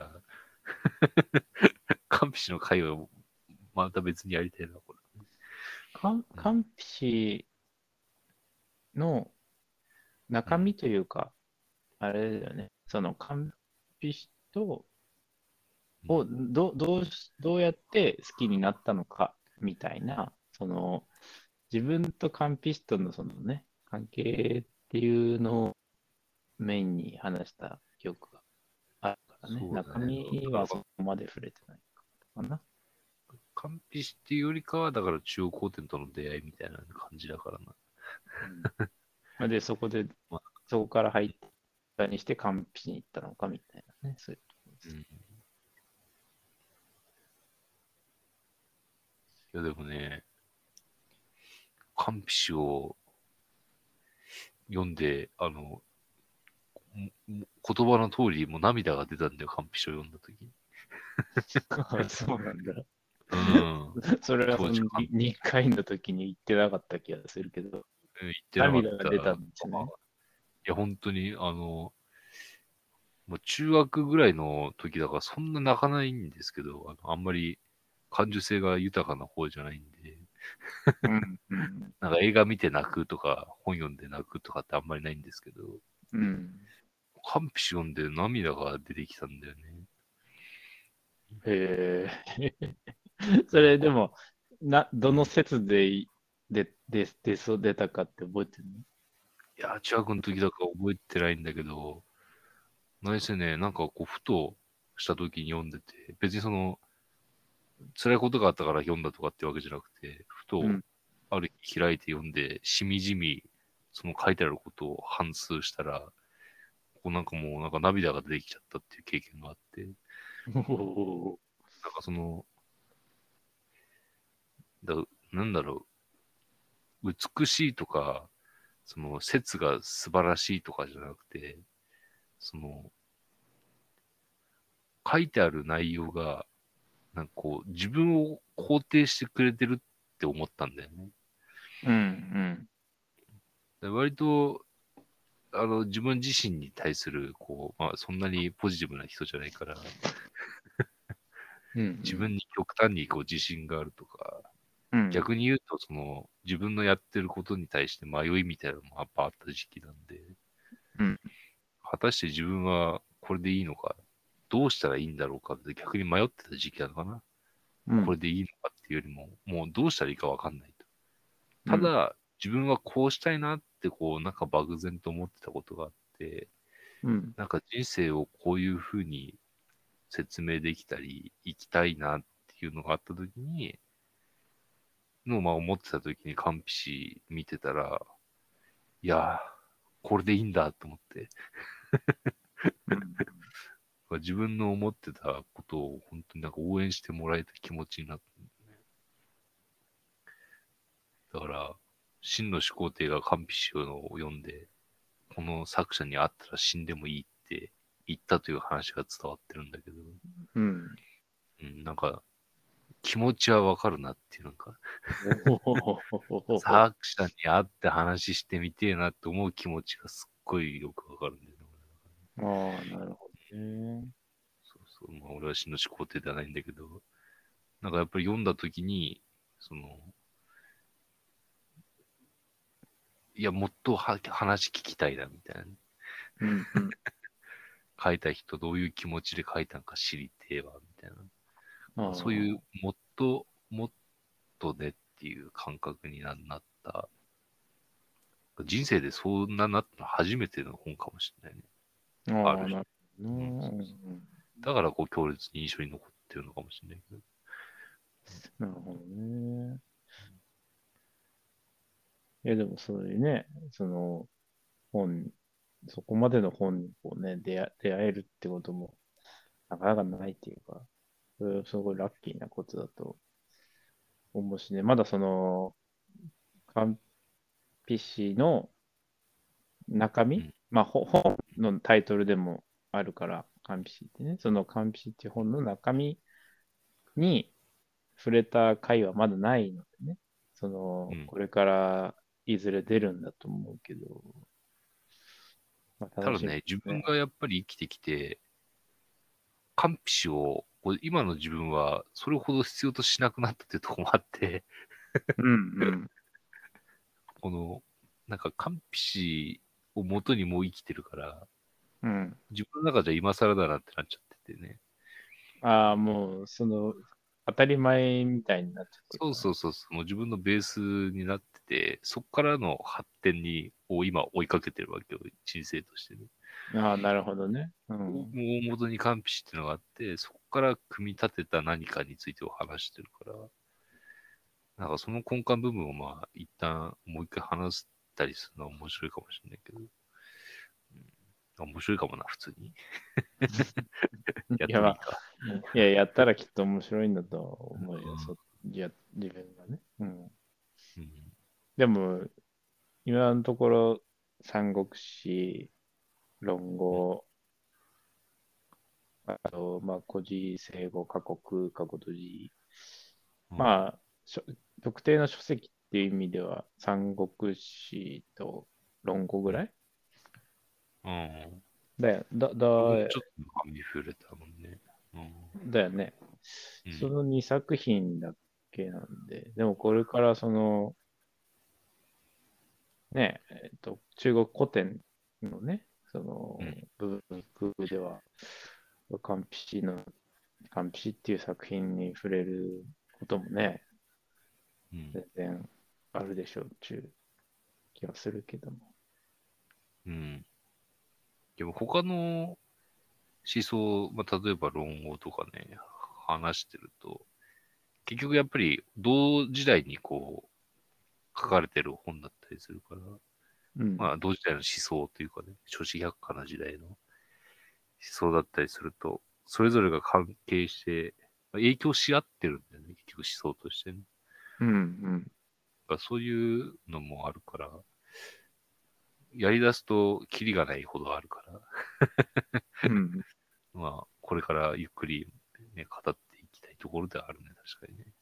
カンピシの回はまた別にやりたいな、これ。うん。 カンピシのうん。 中身というか、あれだよね、カンピシトうん。 をどうやって好きになったのかみたいな、自分とカンピストのそのね、関係っていうのをメインに話した記憶があるからね。中そうだね。 身はそこまで触れてないかな。 カンピシっていうよりかは、だから中央光点との出会いみたいな感じだからな。 うん。まあで、 まあ、 そこから入ったにしてカンピシに行ったのかみたいなね。そういうところです。 うん。いや、でもね、カンピシを読んで、言葉の通り、もう涙が出たんだよ、カンピシを読んだときに。 あ、そうなんだ。 うん。 それは当時、 2回の時に言ってなかった気がするけど、 言ってなかっ涙がた。 出たんですね。 いや、本当に、もう中学ぐらいの時だからそんな泣かないんですけど、あんまり感受性が豊かな方じゃないんで、 うん、うん、 なんか映画見て泣くとか、本読んで泣くとかってあんまりないんですけど、 うん。 カンピシ読んで涙が出てきたんだよね。 へえ。そなんか、 れでも、どの説出たかって覚えてるの？ いや、中学の時だから覚えてないんだけど、何せね、なんかこう、ふとした時に読んでて、別に辛いことがあったから読んだとかってわけじゃなくて、ふと、 うん。 ある日開いて読んで、しみじみ、その書いてあることを反芻したら、こうなんかもうなんか涙が出てきちゃったっていう経験があって、 おー。 なんかだなんだろう、美しいとか、その説が素晴らしいとかじゃなくて、その書いてある内容が、なんかこう、自分を肯定してくれてるって思ったんだよね。 うん、 で割と、自分自身に対する、こう、まあ、そんなにポジティブな人じゃないから、 うん。うん、 自分に極端にこう自信があるとか、 うん。 逆に言うと、自分のやってることに対して迷いみたいなのもやっぱあった時期なんで、 うん。 果たして自分はこれでいいのか、どうしたらいいんだろうかって逆に迷ってた時期なのかな。 うん。 これでいいのかっていうよりも、もうどうしたらいいかわかんないと。 うん。 ただ、自分はこうしたいなって、なんか漠然と思ってたことがあって、 うん。 なんか人生をこういうふうに説明できたり、生きたいなっていうのがあった時に、まあ思ってた時にカンピシ見てたら、いやー、これでいいんだと思って、 うん。 自分の思ってたことを本当になんか応援してもらえた気持ちになった。だから、真の始皇帝がカンピシを読んで、この作者に会ったら死んでもいいって言ったという話が伝わってるんだけど、 うん。 うん、なんか気持ちはわかるなっていう、なんかおお。 作者に会って話してみてえなって思う気持ちがすっごいよくわかるんだよね。 ああ、なるほどね。 そうそう。まあ俺は死の始皇帝ではないんだけど、なんかやっぱり読んだ時に、いや、もっと話聞きたいなみたいな。 うん。うん。 書いた人どういう気持ちで書いたんか知りてえわ、みたいな。 あまあ、そういう、 あ。 もっとねっていう感覚になった。人生でそんななったの初めての本かもしれないね。あああ、 る種。 なるほどうん、 ね。 そうそう。だから強烈に印象に残ってるのかもしれないけど。 なるほどね。いや、でもそういうね、本、そこまでの本にこうね、出会えるってこともなかなかないっていうか、それはすごいラッキーなことだと思うしね、まだカンピシの中身、 うん、 まあ、本のタイトルでもあるから、カンピシってね、そのカンピシっていう本の中身に触れた回はまだないのでね、 うん。 これからいずれ出るんだと思うけど、まあ、楽しみでただね、自すね。 分がやっぱり生きてきて、完璧視を、今の自分はそれほど必要としなくなったっていうところもあって、 うん、 この、なんか完璧視を元にもう生きてるから、 うん、うん。 自分の中じゃ今更だなってなっちゃっててね。 ああ、もう、当たり前みたいになっちゃってるそうかそうそうそう、もう自分のベースになってて、そこからの発展を今追いかけてるわけよ、人生としてね。 ら。ああ、なるほどね。うん。 大元に完璧っていうのがあって、そこから組み立てた何かについてを話してるから、なんかその根幹部分をまあ一旦もう一回話したりするのは面白いかもしれないけど、面白いかもな、普通に。やっいや、まあ、 てもいいか。 いや、やったらきっと面白いんだと思うよ。 う自分がね。うん。 ん。 でも、今のところ、三国志、論うん。 語、あと、まあ、古事成語、過去閉じ、 うん。 まあ、特定の書籍っていう意味では、三国志と論語ぐうん。 らいうん。 だよ、 俺もちょっと紙触れたもんね。うん。 だよね。 うん。 その2作品だけなんで、でもこれからね、中国古典のね、 うん。 部分では、カンピシカンピシっていう作品に触れることもね、 うん。 全然あるでしょうっていう気がするけども。 うん。でも他の思想、まあ、例えば論語とかね、話してると、結局やっぱり同時代に書かれてる本だったりするから、 うん。 まあ同時代の思想というかね、諸子百科の時代の思想だったりすると、それぞれが関係して、影響し合ってるんだよね、結局思想としてね。 うん。 そういうのもあるから、やり出すとキリがないほどあるから、 うん。うん。 まあ、これからゆっくり、ね、語っていきたいところではあるね、確かにね。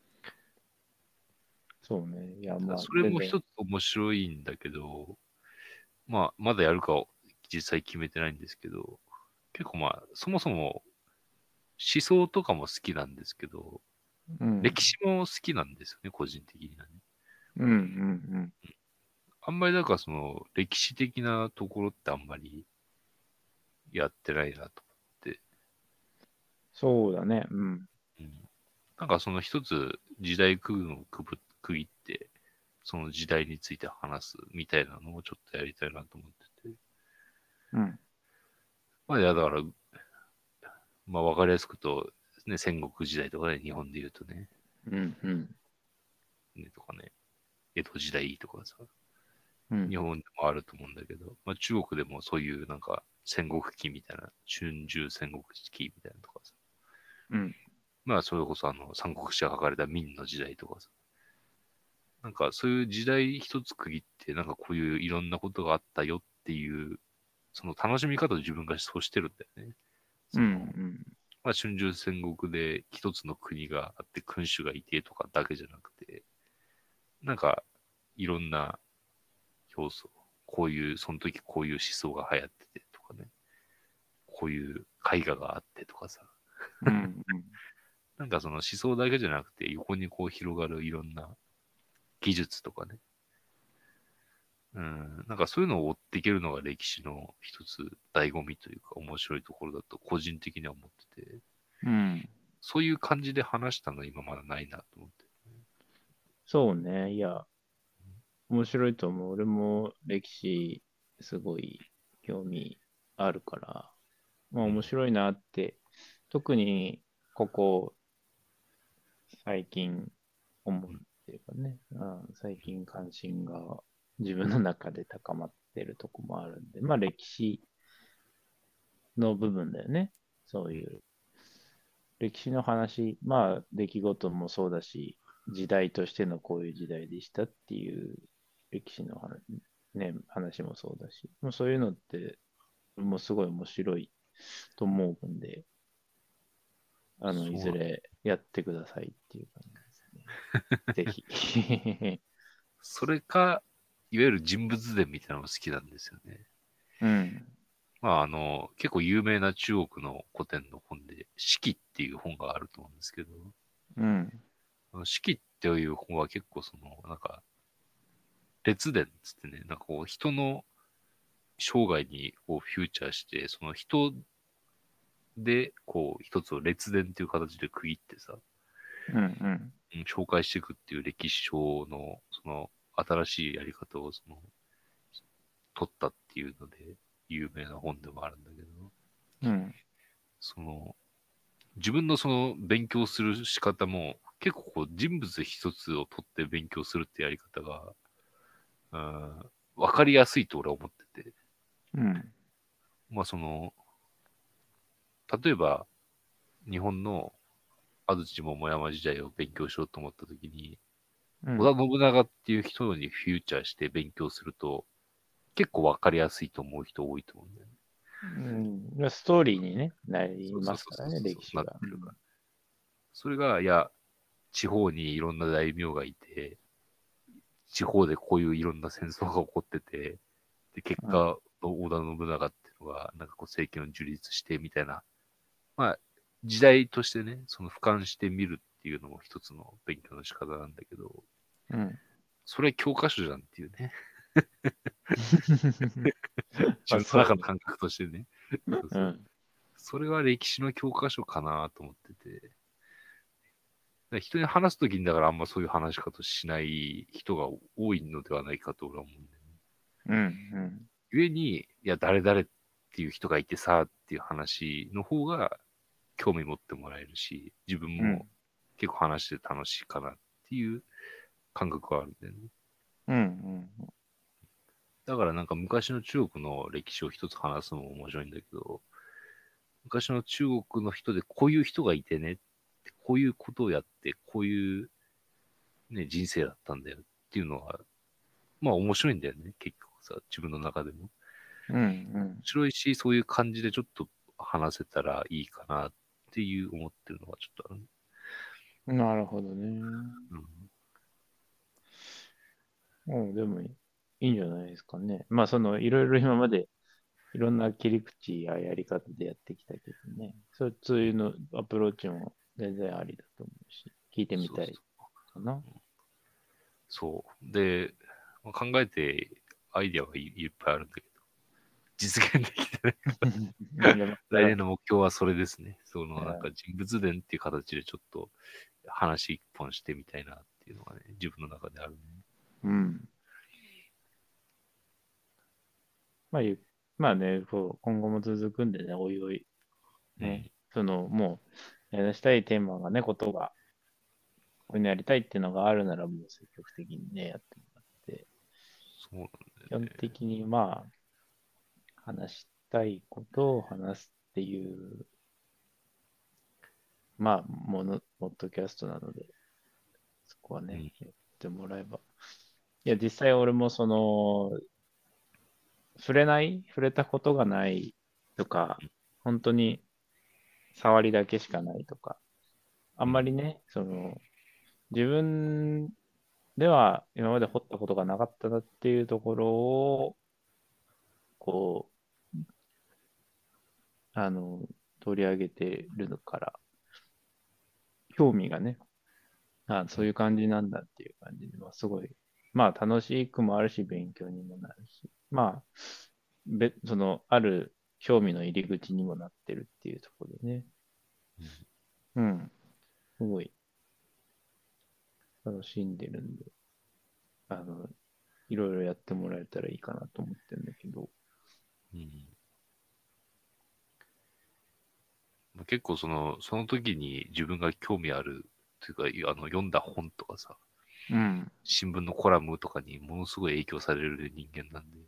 そうね。いや、まあ、 ただそれ全然。 も一つ面白いんだけど、まあ、まだやるかを実際決めてないんですけど、結構まあ、そもそも思想とかも好きなんですけど、 うん。 歴史も好きなんですよね、個人的にはね。 うん。うん。 あんまりだからその歴史的なところってあんまりやってないなと思って。 そうだね。うん。 うん、なんかその一つ時代区分を区切って、その時代について話すみたいなのをちょっとやりたいなと思ってて。 うん。 まあいやだから、まあわかりやすくと、ね、戦国時代とかね、日本で言うとね、 うん。うん。 ねとかね、江戸時代とかさ、 うん。 日本でもあると思うんだけど、まあ中国でもそういうなんか戦国期みたいな、春秋戦国期みたいなとかさ、 うん。 まあそれこそ三国志が書かれた明の時代とかさ、なんかそういう時代一つ区切って、なんかこういういろんなことがあったよっていう、その楽しみ方を自分がそうしてるんだよね。 うん。うその、 ん。 まあ春秋戦国で一つの国があって君主がいてとかだけじゃなくて、なんかいろんな要素、こういう、その時こういう思想が流行っててとかね、こういう絵画があってとかさ、 うん。うん。 なんかその思想だけじゃなくて横にこう広がるいろんな技術とかね、うん、なんかそういうのを追っていけるのが歴史の一つ醍醐味というか面白いところだと個人的には思ってて、 うん。 そういう感じで話したの今まだないなと思って。 そうね。いや、面白いと思う。俺も歴史すごい興味あるから、まあうん。 面白いなって、特にここ最近思うっうん。 ていうかね、最近関心が自分の中で高まってるとこもあるんで、まあ歴史の部分だよね。そううん。 いう歴史の話、まあ出来事もそうだし、時代としてのこういう時代でしたっていう歴史の話、ね、話もそうだし、もうそういうのってもうすごい面白いと思うんで、いそうなん。 ずれやってくださいっていう感じですね。ぜひ。 それか、いわゆる人物伝みたいなのが好きなんですよね。 うん。 まあ結構有名な中国の古典の本で、四季っていう本があると思うんですけど、 うん。 四季っていう本は結構その、なんか、列伝っつってね、なんかこう人の生涯にこうフューチャーして、その人で、こう、一つを列伝っていう形で区切ってさ、 うん。うん。 紹介していくっていう歴史書の、その、新しいやり方を、取ったっていうので、有名な本でもあるんだけど、 うん。 その、自分のその勉強する仕方も、結構こう人物一つを取って勉強するってやり方が、うん、わかりやすいと俺は思ってて、 うん。 まあ例えば、日本の安土桃山時代を勉強しようと思ったときに、 うん。 織田信長っていう人にフューチャーして勉強すると、結構わかりやすいと思う人多いと思うんだよね。 うん。ストーリーに、ね、なりそうそうますからね、 そうそうそう、なっ歴史が。 てるから。それが、いや、地方にいろんな大名がいて、地方でこういういろんな戦争が起こってて、で、結うん。 果、織田信長っていうのが、なんかこう政権を樹立してみたいな、まあ、時代としてね、その俯瞰してみるっていうのも一つの勉強の仕方なんだけど、 うん。 それ教科書じゃんっていうね。 まあ、 自分のそうね。 中の感覚としてね。そうそう。 うん。 それは歴史の教科書かなと思ってて。人に話すときにだからあんまそういう話し方しない人が多いのではないかと俺は思うんだよね。 うん。うん。 故に、いや、誰々っていう人がいてさっていう話の方が興味持ってもらえるし、自分もうん。 結構話して楽しいかなっていう感覚はあるんだよね。 うん。 だからなんか昔の中国の歴史を一つ話すのも面白いんだけど、昔の中国の人でこういう人がいてね、こういうことをやって、こういうね、人生だったんだよっていうのは、まあ面白いんだよね、結局さ、自分の中でも。 うん。うん。 面白いし、そういう感じでちょっと話せたらいいかなっていう思ってるのがちょっとある。 なるほどね。 うん。 うん、でもいいんじゃないですかね。まあ、いろいろ今までいろんな切り口ややり方でやってきたけどね。そういうのアプローチも全然ありだと思うし。 聞いてみたいかな。 そう。で、まあ考えてアイディアはいっぱいあるんだけど、実現できてない。 でも来年の目標はそれですね。そのなんうんか人物伝っていう形でちょっと話一本してみたいなっていうのがね、自分の中であるね。 うん。まあ、まあね、こう、今後も続くんでね、おいおい、ね、 うん。 もう、やらしたいテーマがね、ことが、こういうのやりたいっていうのがあるなら、もう積極的にね、やってもらって、 そうなん基本だよね。 的にまあ、話したいことを話すっていう、まあ、ポッドキャストなので、そこはね、 うん。 やってもらえば。いや、実際俺も触れたことがないとか、本当に触りだけしかないとか、あんうん。 まりね、自分では今まで掘ったことがなかったなっていうところを、こう、取り上げてるのから、興味がね、そういう感じなんだっていう感じで、まあ、すごい、まあ、楽しくもあるし、勉強にもなるし、まあ、ある興味の入り口にもなってるっていうところでね、うん、すごい楽しんでるんで、あの、いろいろやってもらえたらいいかなと思ってるんだけど、 うん。まあ結構その時に自分が興味あるというか、読んだ本とかさ、 うん。 新聞のコラムとかにものすごい影響される人間なんで、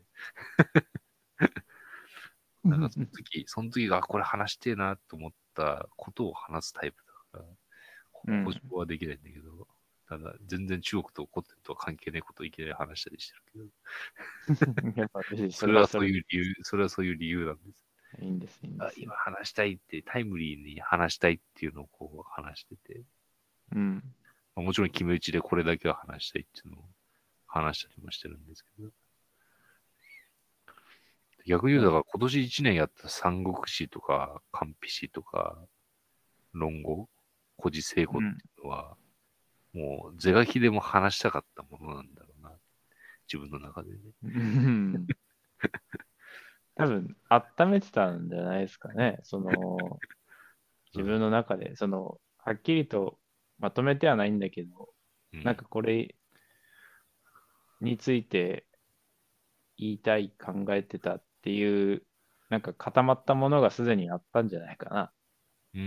なんかその時がこれ話してえなと思ったことを話すタイプだから、保証うん。 はできないんだけど、ただ全然中国とコテンとは関係ないことをいきなり話したりしてるけど、 やっぱ別にそそれはれはそれでそういう理由、それはそういう理由なんです。 いいんです、いいんであ、 すよ。 今話したいって、タイムリーに話したいっていうのをこう話してて、 うん。 まあ、もちろん決め打ちでこれだけは話したいっていうのを話したりもしてるんですけど、逆に言うと、だから今年1年やった三国志とか、漢筆史とか、論語、古事成語ってうん。 いうのは、もう、是が非でも話したかったものなんだろうな。自分の中でね。 うん。多分、温めてたんじゃないですかね。自分うん。 の中で、はっきりとまとめてはないんだけど、なんうん。 かこれについて言いたい、考えてたっていう、なんか固まったものがすでにあったんじゃないかな。 うん。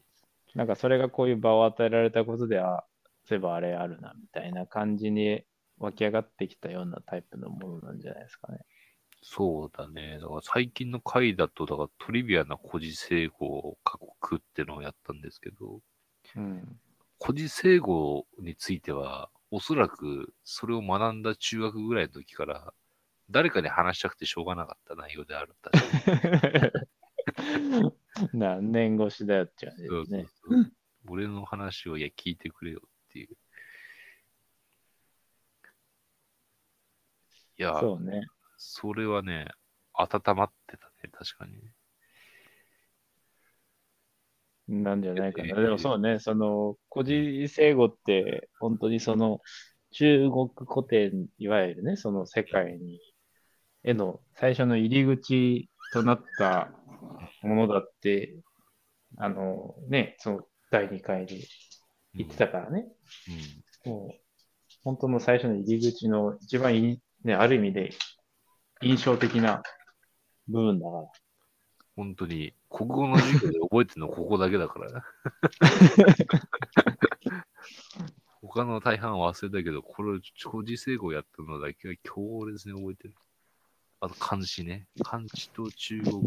なんかそれがこういう場を与えられたことで、そういえばあれあるな、みたいな感じに湧き上がってきたようなタイプのものなんじゃないですかね。 そうだね。だから最近の回だと、だからトリビアな古事成語を過去ってのをやったんですけど、 うん。 古事成語については、おそらくそれを学んだ中学ぐらいの時から、誰かに話したくてしょうがなかった内容である。確かに。 何年越しだよって感じでそうすね。 そうそう。俺の話を聞いてくれよっていう。いや、 そうね。 それはね、温まってたね、確かにね。 なんじゃないかな。でもえそうね、古うん、 事成語って、本当に中国古典、いわゆるね、その世界への最初の入り口となったものだって、ね、第2回で言ってうん、 たからね。 うん。 もう、本当の最初の入り口の一番ね、ある意味で印象的な部分だから。 本当に、国語の授業で覚えてるのここだけだからね。他の大半は忘れたけど、これ、長寿成語やったのだけは強烈に覚えてる。あと漢詩ね。漢詩と中国、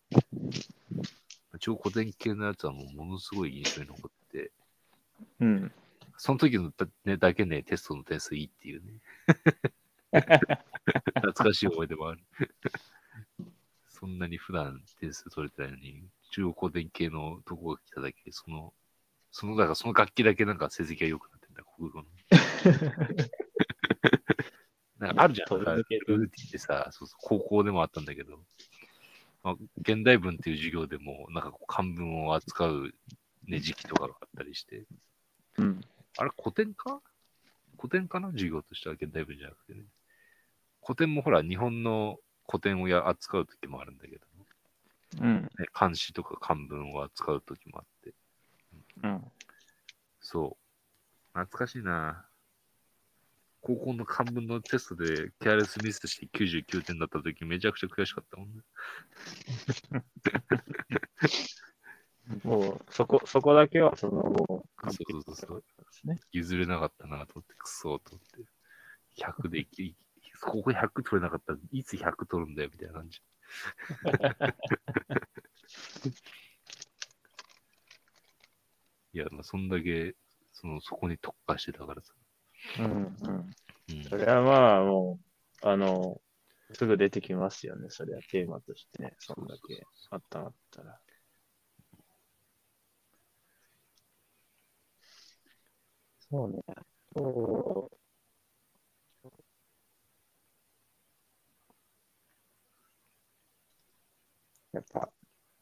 超古典系のやつはもうものすごい印象に残ってて、 うん。 その時のだけね、テストの点数いいっていうね。懐かしい思い出もある。そんなに普段点数取れてないのに、中国古典系のとこが来ただけで、だからその楽器だけなんか成績が良くなってんだ、国語の。なんかあるじゃん。なんか、 飛び抜けてる。 ルーティンってさ、そうそう、高校でもあったんだけど、まあ、現代文っていう授業でも、なんかこう漢文を扱う、ね、時期とかがあったりして、 うん。 あれ古典かな授業としては現代文じゃなくてね。古典もほら、日本の古典を扱うときもあるんだけど、 うん。 ね、漢詩とか漢文を扱うときもあって。 うん。 そう。懐かしいな。高校の漢文のテストでケアレスミスして99点だったときめちゃくちゃ悔しかったもんね。 もう、そこだけは、もう、完そう璧そうそうそう。 ですね。 譲れなかったなと思って、クソと思って。100でここ100取れなかったらいつ100取るんだよみたいな感じ。いや、まあ、そんだけ、そこに特化してたからさ。 うん、うん。 うん。 それはまあ、もう、すぐ出てきますよね。それはテーマとしてね。そんだけあったら。そうね。そうやっぱ、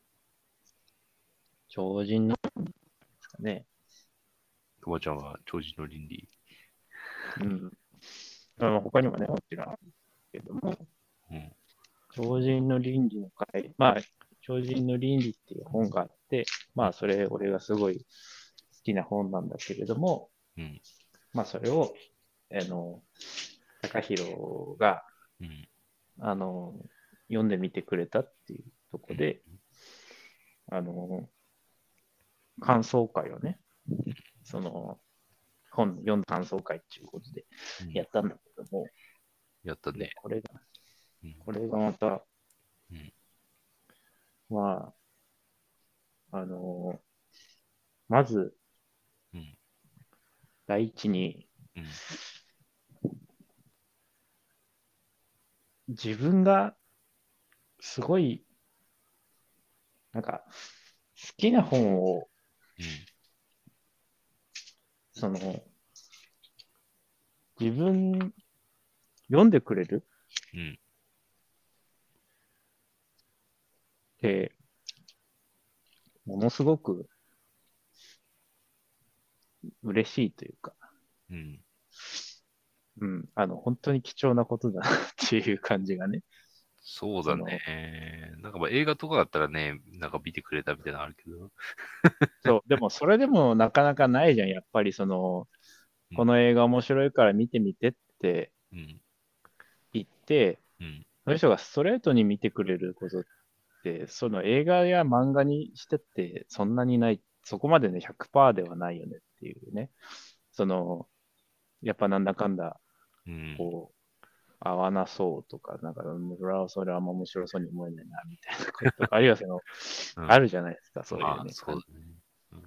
超人ですかね。 くまちゃんは超人の倫理。 うん。他にもね、もちろんあるけども、 うん。 超人の倫理の会、まあ、超人の倫理っていう本があって、まあ、それ、俺がすごい好きな本なんだけれども、 うん。 まあ、それを、高弘が、 うん。 あの、読んでみてくれたっていうとこで、あの、感想会をね、その、本読んだ感想会っていうことでうん。 やったんだけども、 やったね。 いや、 うん。 これがまた、 うん。 まあ、まず、 うん。 第一に、 うん。 自分がすごい、なんか、好きな本を、 うん。 その、自分、読んでくれるうん。 って、ものすごく嬉しいというか、 うん。 うん、本当に貴重なことだなっていう感じがね、 そうだその、 ね。なんかまあ映画とかだったらね、なんか見てくれたみたいなのあるけど。 そう、でもそれでもなかなかないじゃん、やっぱりうん。 この映画面白いから見てみてってうん。 言って、 うん。 その人がストレートに見てくれることって、その映画や漫画にしてってそんなにない、そこまでね、100%ではないよねっていうね。その、やっぱなんだかんだ、 うん。 こう、合わなそうとか、なんか、それはあんま面白そうに思えないな、みたいなこととか、あるいはうん。 あるじゃないですか、そういうまあ、 ね、感じ。 そうだね。うん。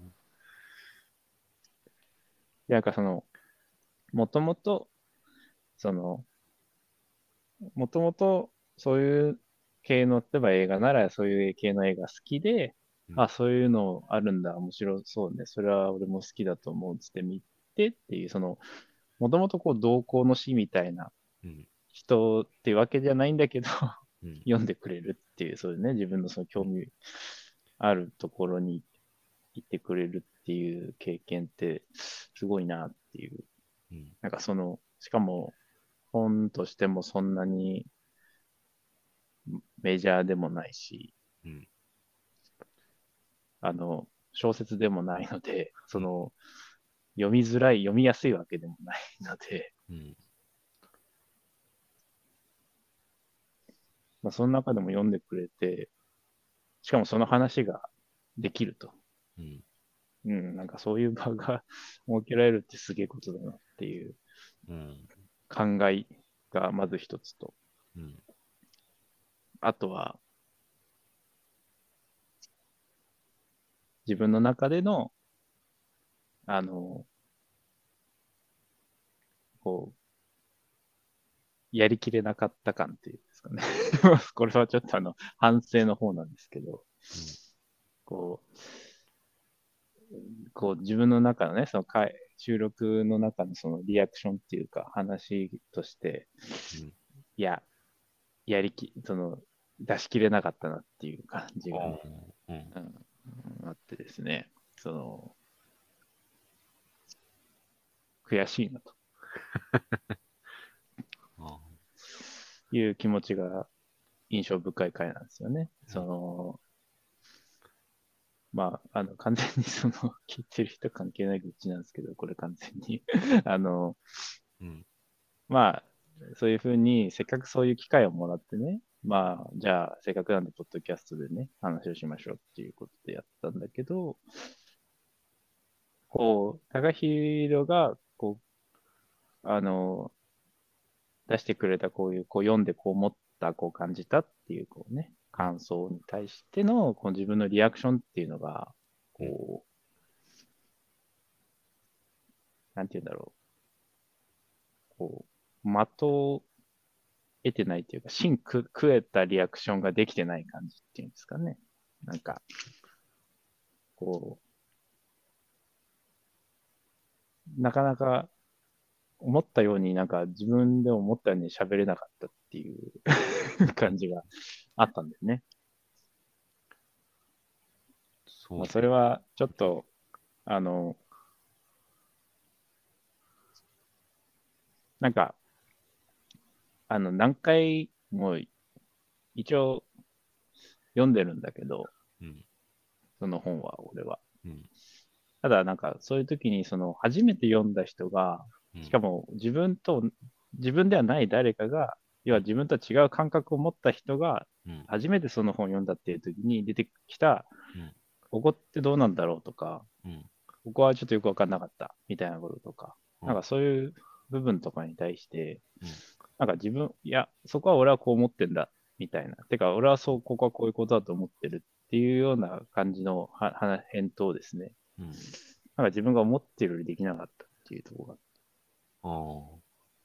でなんかもともと、その、もともと、そういう系の、例えば映画ならそういう系の映画好きで、 うん。 あ、そういうのあるんだ、面白そうね、それは俺も好きだと思うっつって見てっていう、もともとこう同行の詩みたいなうん。 人っていうわけじゃないんだけど、 うん。 読んでくれるっていう、そういうね、自分のその興味あるところに行ってくれるっていう経験ってすごいなっていう。 うん。 なんかしかも本としてもそんなにメジャーでもないし、 うん。 小説でもないので、読みづらい、読みやすいわけでもないので、 うん。 まあ、その中でも読んでくれて、しかもその話ができると。 うん。 うん、なんかそういう場が設けられるってすげえことだなっていううん。 考えがまず一つと、 うん。 あとは自分の中での、あの、こやりきれなかった感っていうんですかね。これはちょっと反省の方なんですけど、 うん。 こ自分の中のね、収録の中のそのリアクションっていうか話として、 うん。 いや、やりき、その、出し切れなかったなっていう感じがね、 うん。 うん、あってですね、その、 悔しいなとあいう気持ちが印象深い回なんですよね。完全に聞いてる人関係ない愚痴なんですけど、これ完全にあの、 うん。 まあ、そういうふうに、せっかくそういう機会をもらってね、じゃあ、せっかくなんで、ポッドキャストでね、話をしましょうっていうことでやったんだけど、高弘が、あの、出してくれた読んでこう思った、こう感じたっていう、 うん。 感想に対しての、自分のリアクションっていうのが、 うん。 こなんて言うんだろう、的を得てないというか、食えたリアクションができてない感じっていうんですかね。なんか、こなかなか思ったように、なんか自分で思ったように喋れなかったっていう感じがあったんですね。 そうね。 それはちょっと、あの、なんか、何回も一応読んでるんだけど、 うん。 その本は、俺は。 うん。 ただ、なんか、そういう時に、初めて読んだ人が、 うん。 しかも自分ではない誰かが、要うん。 は自分とは違う感覚を持った人が、 うん。 初めてその本を読んだっていう時に出てきた、 うん。 ここってどうなんだろうとか、 うん。 ここはちょっとよくわかんなかった、みたいなこととか、 うん。 なんかそういう部分とかに対して、 うん。 なんかいや、そこは俺はこう思ってんだ、みたいな。てか、俺はここはこういうことだと思ってるっていうような感じの返答ですね。 うん。 なんか自分が思ってるよりできなかったっていうところが、 ああ。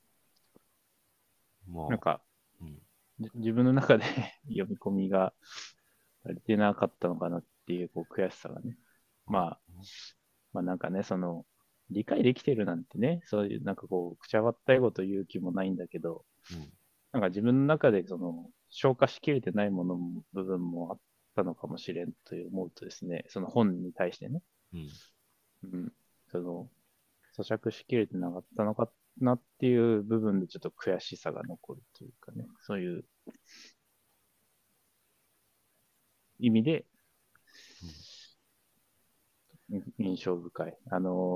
まあ。 なんかうん。 自分の中で読み込みが足りてなかったのかなっていう、悔しさがね。 あまあ、なんかね、理解できてるなんてね、そういうなんか口割ったいこと言う気もないんだけど、 うん。 なんか自分の中で消化しきれてない部分もあったのかもしれんと思うとですね、その本に対してね、 うん。 うん、咀嚼しきれてなかったのかなっていう部分でちょっと悔しさが残るというかね、そういう意味でうん。 印象深い。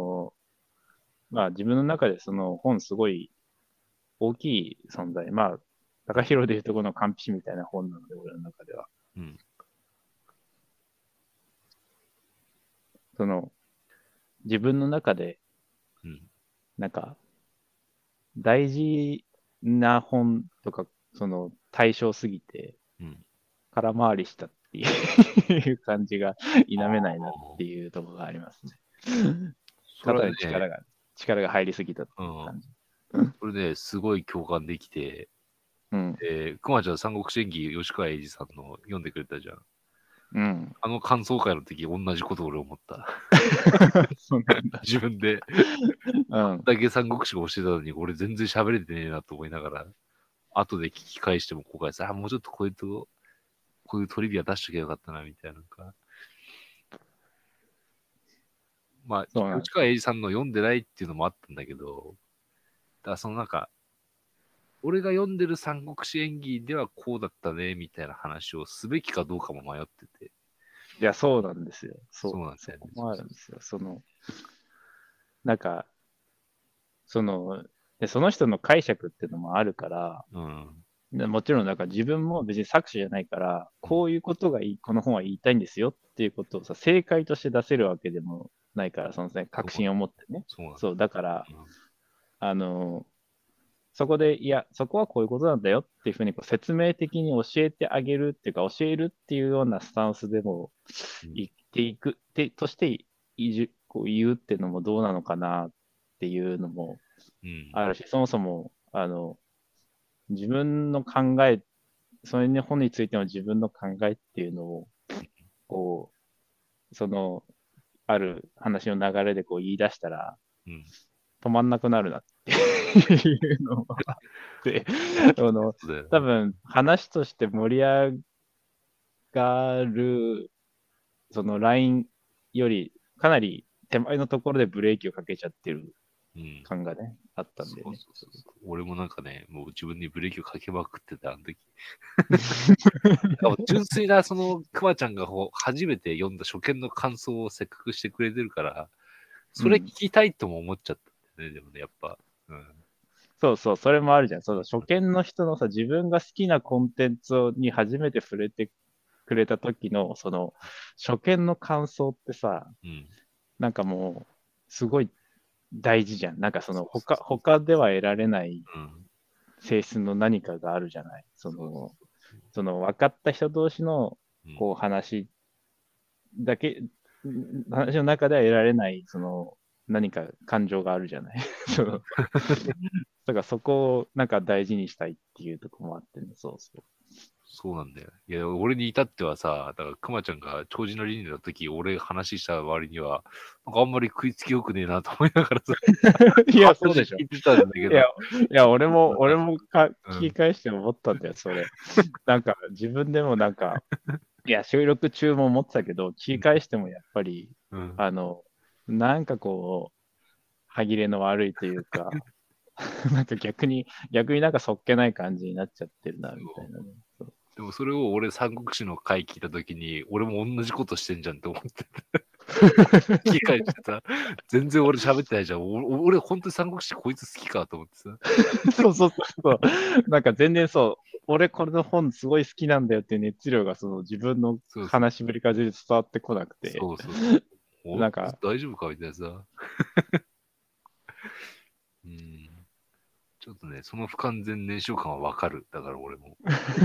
自分の中でその本すごい大きい存在。高弘でいうとこの完璧みたいな本なので、俺の中では。 うん。 その、自分の中で、 うん。 なんか、大事な本とか、対象すぎて、 うん。 空回りしたっていう感じが否あめないなっあ。 ていうところがありますね。 それは肩にね、 力が入りすぎたっうん。 ていう感じ。 それね、すごい共感できて、 うん。 くまちゃん、三国志演義、吉川英治さんの読んでくれたじゃん。 うん。 あの感想会の時、同じこと俺思った。 そうなんだ。 自分で、 うん。 だけ三国志を教えたのに、俺全然喋れてねえなと思いながら、後で聞き返しても後悔さ、もうちょっとこういうトリビア出しときゃよかったな、みたいな。なんかまあ、 そうなんです。 吉川英治さんの読んでないっていうのもあったんだけど、だからそのなんか、俺が読んでる三国志演義ではこうだったね、みたいな話をすべきかどうかも迷ってて、 いや、そうなんですよ。 そうなんだよね。 そこもあるんですよ。なんか、その、その人の解釈っていうのもあるから、 うん。 もちろん、なんか自分も別に作者じゃないから、 うん。 こういうことがこの本は言いたいんですよっていうことを正解として出せるわけでもないから、確信を持ってね。 そうなんだ。 そう、だから、 うん。 あの、そこで、いや、そこはこういうことなんだよっていうふうに説明的に教えてあげるっていうか、教えるっていうようなスタンスでもうん。 言っていく、として言うっていうのもどうなのかなっていうのもうん。 あるし、そもそも、自分の考え、それに本についての自分の考えっていうのを、こその、ある話の流れで言い出したら、 うん。 止まんなくなるなっていうのがあって、 そうだよね。 多分話として盛り上がる、そのラインよりかなり手前のところでブレーキをかけちゃってるうん。 感がね、あったんでね。 そう。俺もなんかね、もう自分にブレーキをかけまくってた、あの時。純粋な、その、くまちゃんが初めて読んだ初見の感想をせっかくしてくれてるから、それ聞きたいとも思っちゃったんだよね、でもね、やっぱ。うん。 そうそう、それもあるじゃん。その初見の人のさ、自分が好きなコンテンツに初めて触れてくれた時の、その、初見の感想ってさ、 うん。 なんかもう、すごい大事じゃん。なんかその、 そう他では得られないうん。 性質の何かがあるじゃない。その分かった人同士の、 うん。 こう、だけ、話の中では得られない、その、何か感情があるじゃない。 うそん。 のだからそこをなんか大事にしたいっていうところもあってね、そうそそうなんだよ。いや、俺に至ってはさ、だから、くまちゃんが長寿の倫理の時、俺話した割には、なんかあんまり食いつきよくねえなと思いながらさ、 う。いや、そうでしょ。 話聞いてたんだけど、 いや、俺もうん。 聞き返して思ったんだよ、それ。なんか、自分でもなんか、いや、収録中も思ってたけど、聞き返してもやっぱり、 うん。 あの、なんかこう、歯切れの悪いというか、なんか逆になんかそっけない感じになっちゃってるな、みたいなね。そうでもそれを俺三国志の回聞いたときに、俺も同じことしてんじゃんって思って聞き返してさ、全然俺喋ってないじゃん。俺本当に三国志こいつ好きかと思ってさ。 そう。なんか全然そう、俺これの本すごい好きなんだよっていう熱量がその自分のそうそう。 話しぶりから全然伝わってこなくて、 お、 なんか、 大丈夫かみたいなさ。うん。ちょっとね、その不完全燃焼感はわかる。だから俺も。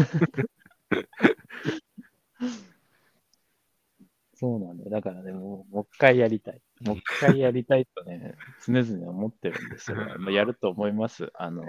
そうなんだよ。だからね、もう一回やりたい。もう一回やりたいとね、常々思ってるんで、それは。まあ、やると思います。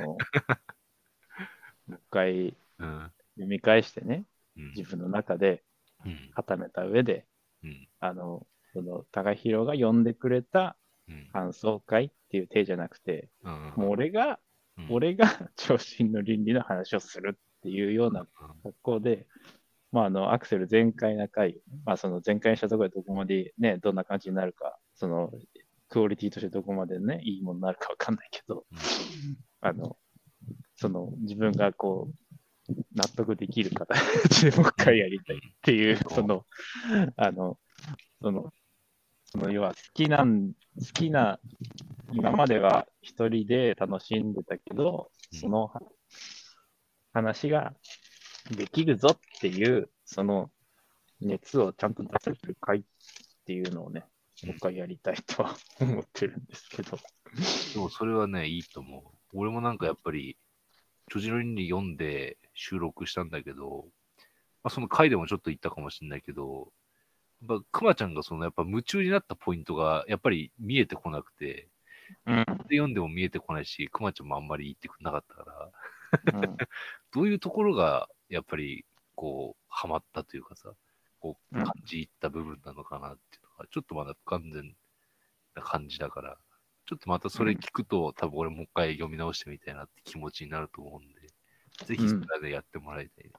もう一回うん。 読み返してね、 うん。 自分の中でうん。 固めた上で、 うん。 その、高弘が読んでくれたうん。 感想会っていう体じゃなくて、 うん。 もううん。 俺が超新の倫理の話をするっていうような格好で、まあ、アクセル全開な回、まあ、その全開にしたところでどこまでね、どんな感じになるか、その、クオリティとしてどこまでね、いいものになるかわかんないけど、あの、その、自分がこう、納得できる形でもう一回やりたいっていう、あの、その、要は好きな、今までは一人で楽しんでたけど、その話ができるぞっていう、その熱をちゃんと出せる会っていうのをね、もう一回やりたいとは思ってるんですけど。 でもそれはね、いいと思う。俺もなんかやっぱり、巨人の倫理読んで収録したんだけど、まあ、その回でもちょっと言ったかもしれないけど、くまちゃんがそのやっぱ夢中になったポイントがやっぱり見えてこなくて、 うん。 で読んでも見えてこないし、くまちゃんもあんまり言ってくれなかったから、 うん。 どういうところがやっぱりこう、ハマったというかさ、こう、 うん。 感じ入った部分なのかなっていうのが、ちょっとまだ不完全な感じだから、ちょっとまたそれ聞くと、多分俺もう一回読み直してみたいなって気持ちになると思うんで、ぜひそうん。 れでやってもらいたい。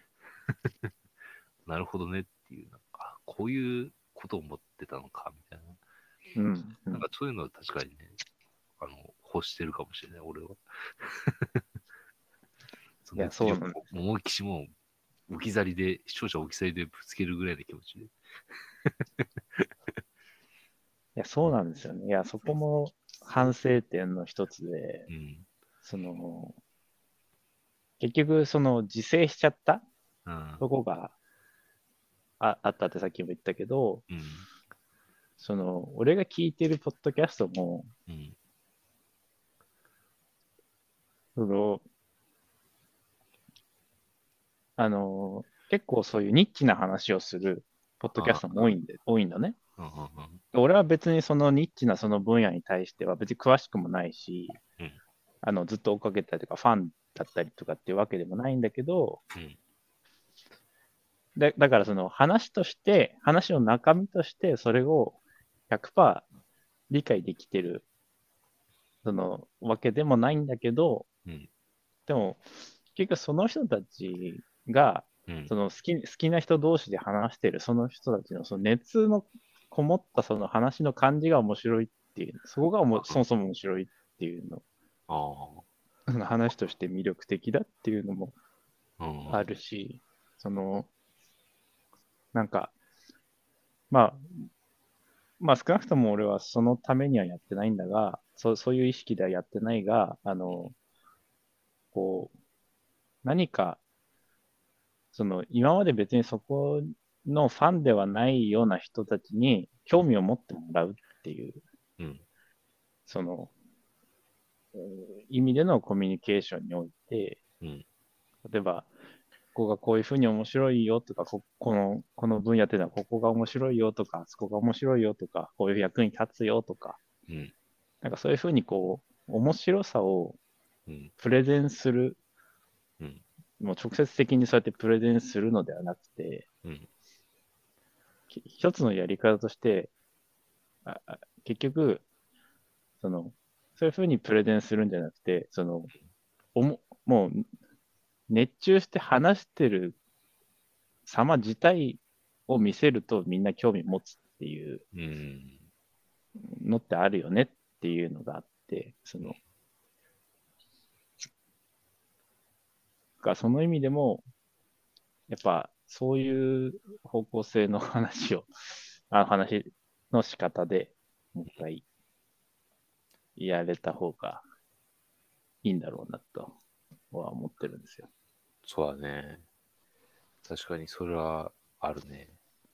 なるほどねっていう、なんか、こういうことを思ってたのか、みたいな。 うん。うん。 なんかそういうのは確かにね、欲してるかもしれない、俺は。そいや、 の熱量そうなんですよ。 を思いっきしも置き去りで、視聴者置き去りでぶつけるぐらいの気持ちで。 いや、そうなんですよね。いや、そこも反省点の一つで、 うん。 その、結局、その自制しちゃったうん。 とこがあったってさっきも言ったけど、 うん。 その、俺が聞いてるポッドキャストも、 うん。 その、結構そういうニッチな話をするポッドキャストも多いんだね。 うん。うん。 俺は別にそのニッチなその分野に対しては別に詳しくもないし、 うん。 ずっと追っかけたりとか、ファンだったりとかっていうわけでもないんだけど、 うん。 だからその話として、話の中身として、それを100%理解できてる、そのわけでもないんだけど、 うん。 でも、結局その人たちが、 うん。 その好きな人同士で話してるその人たちのその熱のこもったその話の感じが面白いっっていう、そこがそもそも面白いっていうの、話として魅力的だっていうのもあるし、なんか、まあ、少なくとも俺はそのためにはやってないんだが、そういう意識ではやってないが、こう、何か、今まで別にそこのファンではないような人たちに興味を持ってもらうっていう、その、意味でのコミュニケーションにおいて、例えば、ここがこういうふうに面白いよとか、この分野っていうのはここが面白いよとか、そこが面白いよとか、こういう役に立つよとか、なんかそういうふうに面白さをプレゼンする、もう直接的にそうやってプレゼンするのではなくて、一つのやり方として、結局、そういうふうにプレゼンするんじゃなくて、もう熱中して話してる様自体を見せるとみんな興味持つっていうのってあるよねっていうのがあって、その意味でも、やっぱそういう方向性の話の仕方でもう一回やれた方がいいんだろうなとは思ってるんですよ。 そうだね。確かにそれはあるね。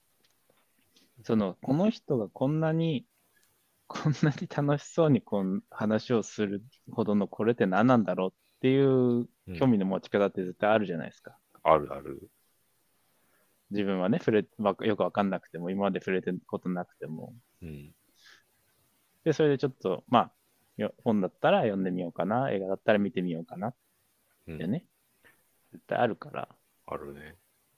この人がこんなに楽しそうに話をするほどのこれって何なんだろうっていう興味の持ち方って絶対あるじゃないですか。 あるある。 自分はね、よくわかんなくても、今まで触れてることなくても。で、それでちょっと、本だったら読んでみようかな、映画だったら見てみようかなってね、絶対あるから。 あるね。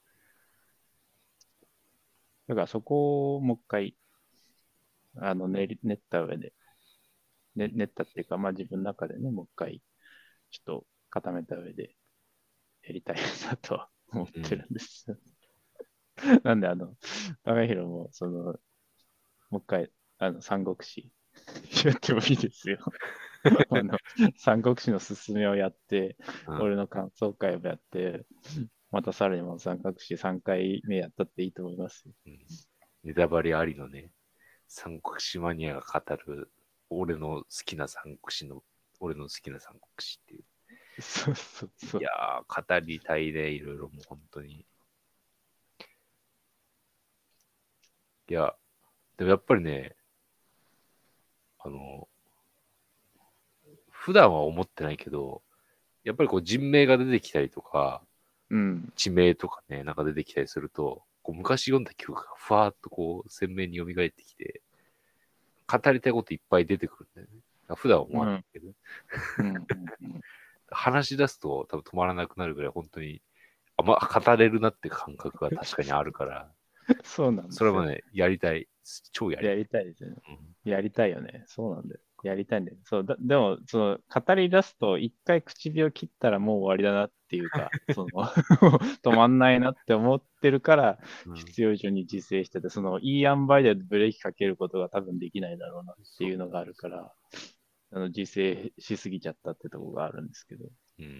だからそこをもう一回、練った上で、練ったっていうか、自分の中でね、もう一回、ちょっと固めた上でやりたいなとは思ってるんです。なんで、高弘も、もう一回、三国志やってもいいですよ。三国志のすすめをやって、俺の感想会をやって、またさらにも三国志3回目やったっていいと思いますよ。 ネタバレありのね、三国志マニアが語る、俺の好きな三国志っていう。 そうそうそう。 いやー、語りたいね、いろいろもう本当に。いや、でもやっぱりね、普段は思ってないけど、やっぱりこう人名が出てきたりとか、地名とかね、なんか出てきたりすると、昔読んだ記憶がふわーっと鮮明に蘇ってきて、語りたいこといっぱい出てくるんだよね。普段は思わないけど。話し出すと多分止まらなくなるぐらい本当に、語れるなって感覚が確かにあるから、 そうなんですよ。 それはね、やりたい。超やりたい。 やりたいですよね。やりたいよね。そうなんだよ。やりたいんだよ。でも、語り出すと、一回唇を切ったらもう終わりだなっていうか、止まんないなって思ってるから、必要以上に自制してて、いい塩梅でブレーキかけることが多分できないだろうなっていうのがあるから、自制しすぎちゃったってところがあるんですけど。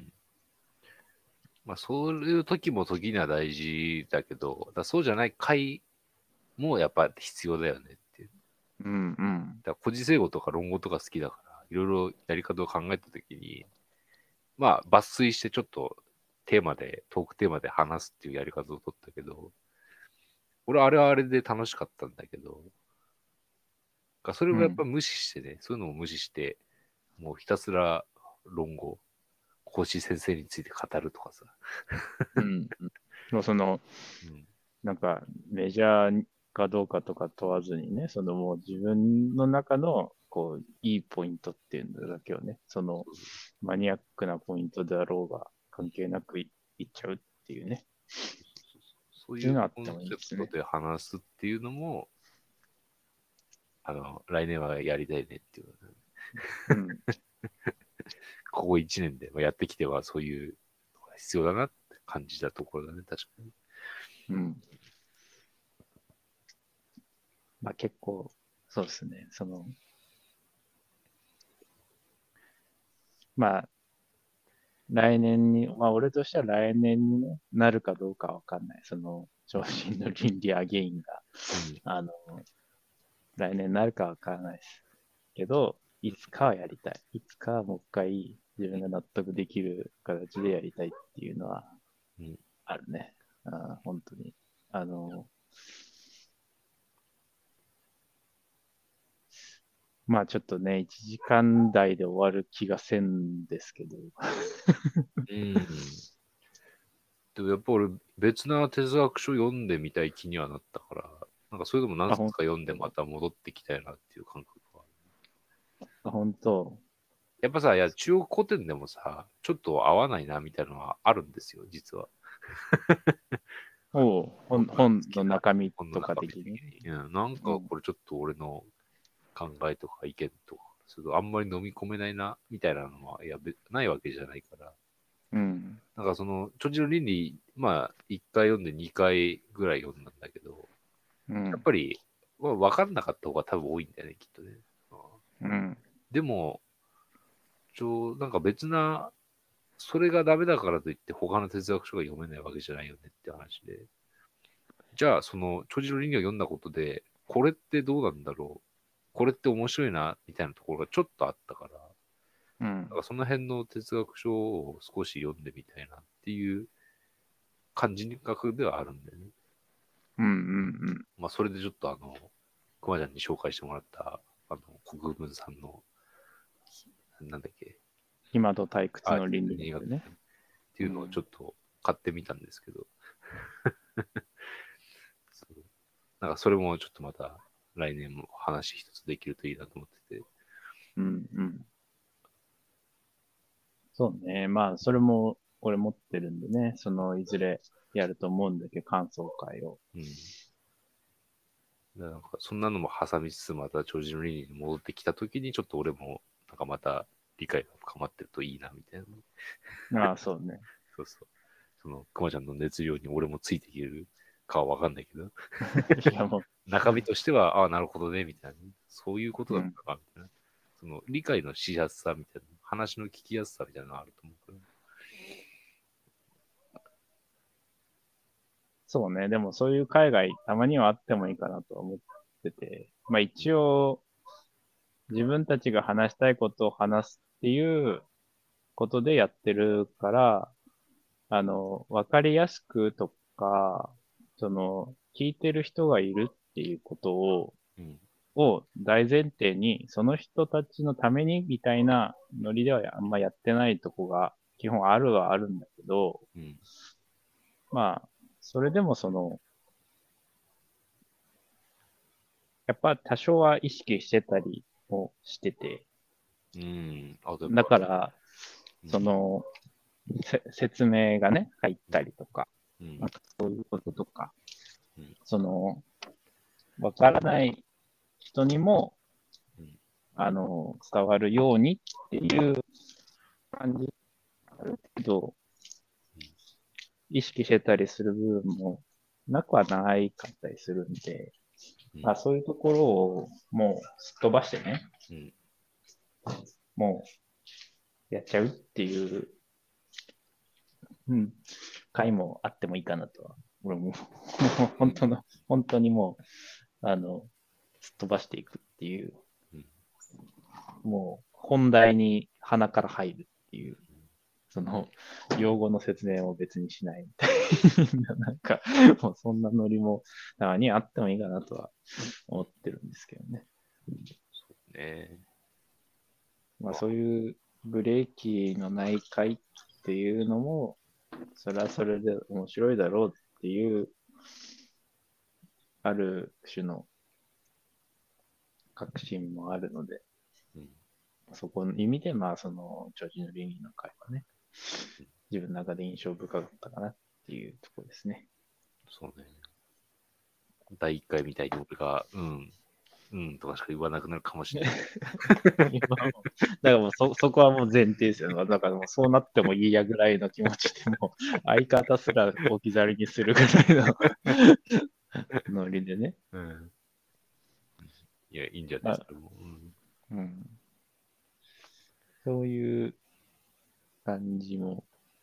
そういう時も時には大事だけど、そうじゃない回もやっぱ必要だよねっていう。古事成語とか論語とか好きだから、いろいろやり方を考えた時に、抜粋してちょっとトークテーマで話すっていうやり方を取ったけど、俺あれはあれで楽しかったんだけど、それをやっぱ無視してね、そういうのを無視して、もうひたすら論語、講師先生について語るとかさ。 もうなんかメジャーかどうかとか問わずにね、もう自分の中のいいポイントっていうのだけをね、マニアックなポイントであろうが関係なくいっちゃうっていうね。 そういうコンセプトで話すっていうのも、来年はやりたいねっていう。ここ1年でやってきてはそういうのが必要だなって感じたところだね、確かに。 結構、そうですね。 まあ、来年に、まあ、俺としては来年に、ね、なるかどうかわかんない。その、超人の倫理アゲインが、 うん。 あの、来年になるかわからないですけど、いつかはやりたい。いつかはもう一回自分が納得できる形でやりたいっていうのはうん。 あるね。本当に。あの、まあちょっとね、1時間台で終わる気がせんですけど。 うん。でもやっぱ俺、別な哲学書読んでみたい気にはなったから、なんかそれでも何あ、 冊か読んでまた戻ってきたいなっていう感覚は。 本当。 やっぱさ、いや、中国古典でもさ、ちょっと合わないなみたいなのはあるんですよ、実は。 本僕が好きなの中身と本の中身か的に。 的に。うん、なんかうん。 これちょっと俺の考えとか意見とか、するとあんまり飲み込めないな、みたいなのは、いや、ないわけじゃないから。 うん。 なんかその、著地の倫理、まあ、1回読んで2回ぐらい読んだんだけど、 うん。 やっぱり、まあ、分かんなかった方が多分多いんだよね、きっとね。 うん。 でも、なんか別な、それがダメだからといって他の哲学書が読めないわけじゃないよねって話で。じゃあ、その、著地の倫理を読んだことで、これってどうなんだろう、これって面白いな、みたいなところがちょっとあったから、 うん。 なんかその辺の哲学書を少し読んでみたいなっていう感じ覚ではあるんだよね。 うん。うん。 まあ、それでちょっと熊ちゃんに紹介してもらった、国分さんの、なんだっけ、 暇と退屈あ、 の倫理人学っ学ね。 ていうのをちょっと買ってみたんですけど、そうなんかそれもちょっとまた来年も話一つできるといいなと思ってて。 うん。うん。そうね。まあ、それも、俺持ってるんでね。いずれやると思うんだけど、感想会を。 うん。なんかそんなのも挟みつつ、また長寿の倫理に戻ってきたときに、ちょっと俺も、なんかまた理解が深まってるといいな、みたいな。 ああ、そうね。 そうそう。その、熊ちゃんの熱量に俺もついていけるかはわかんないけど、 いや、も中身としては、ああ、なるほどね、みたいな。そういうことう、うん。 だったか、みたいな。その、理解のしやすさみたいな、話の聞きやすさみたいなのがあると思うから。 そうね。でも、そういう海外、たまにはあってもいいかなとは思ってて。まあ、一応、自分たちが話したいことを話すっていうことでやってるから、わかりやすくとか、聞いてる人がいるっていうことうん。 を大前提に、その人たちのためにみたいなノリではあんまやってないとこが基本あるはあるんだけど、 うん。 まあ、それでもやっぱ多少は意識してたりもしてて、 うん。あとやっぱ、 だから、 うん。 その、説明がね、入ったりとか、 うん。 なんかそういうこととか、 うん。 その、わからない人にも、 うん。 伝わるようにっていう感じ、ある程度意識してたりする部分もなくはないかったりするんで、 うん。 まあそういうところをもうすっ飛ばしてね、 うん。 もうやっちゃうっていう、うん、回もあってもいいかなとは。俺も、もううん。 本当にもう、すっ飛ばしていくっていう、 うん。 もう本題に鼻から入るっていう、その、用語の説明を別にしないみたいな、なんか、もうそんなノリも、たまにあってもいいかなとは思ってるんですけどね。 そうね。 まあまあ、 そういうブレーキのない回っていうのも、それはそれで面白いだろうっていう、ある種の確信もあるので、 うん。 そこの意味で、まあその、超人の倫理の回はね、自分の中で印象深かったかなっていうところですね。 そうね。第1回みたいに俺が、うん、うんとかしか言わなくなるかもしれない。 だからもうそこはもう前提ですよね。だからもうそうなってもいいやぐらいの気持ちでも、相方すら置き去りにするぐらいのノリでね。 うん。いや、いいんじゃないまあ、 それも。うん。 うん、そういう、 感じも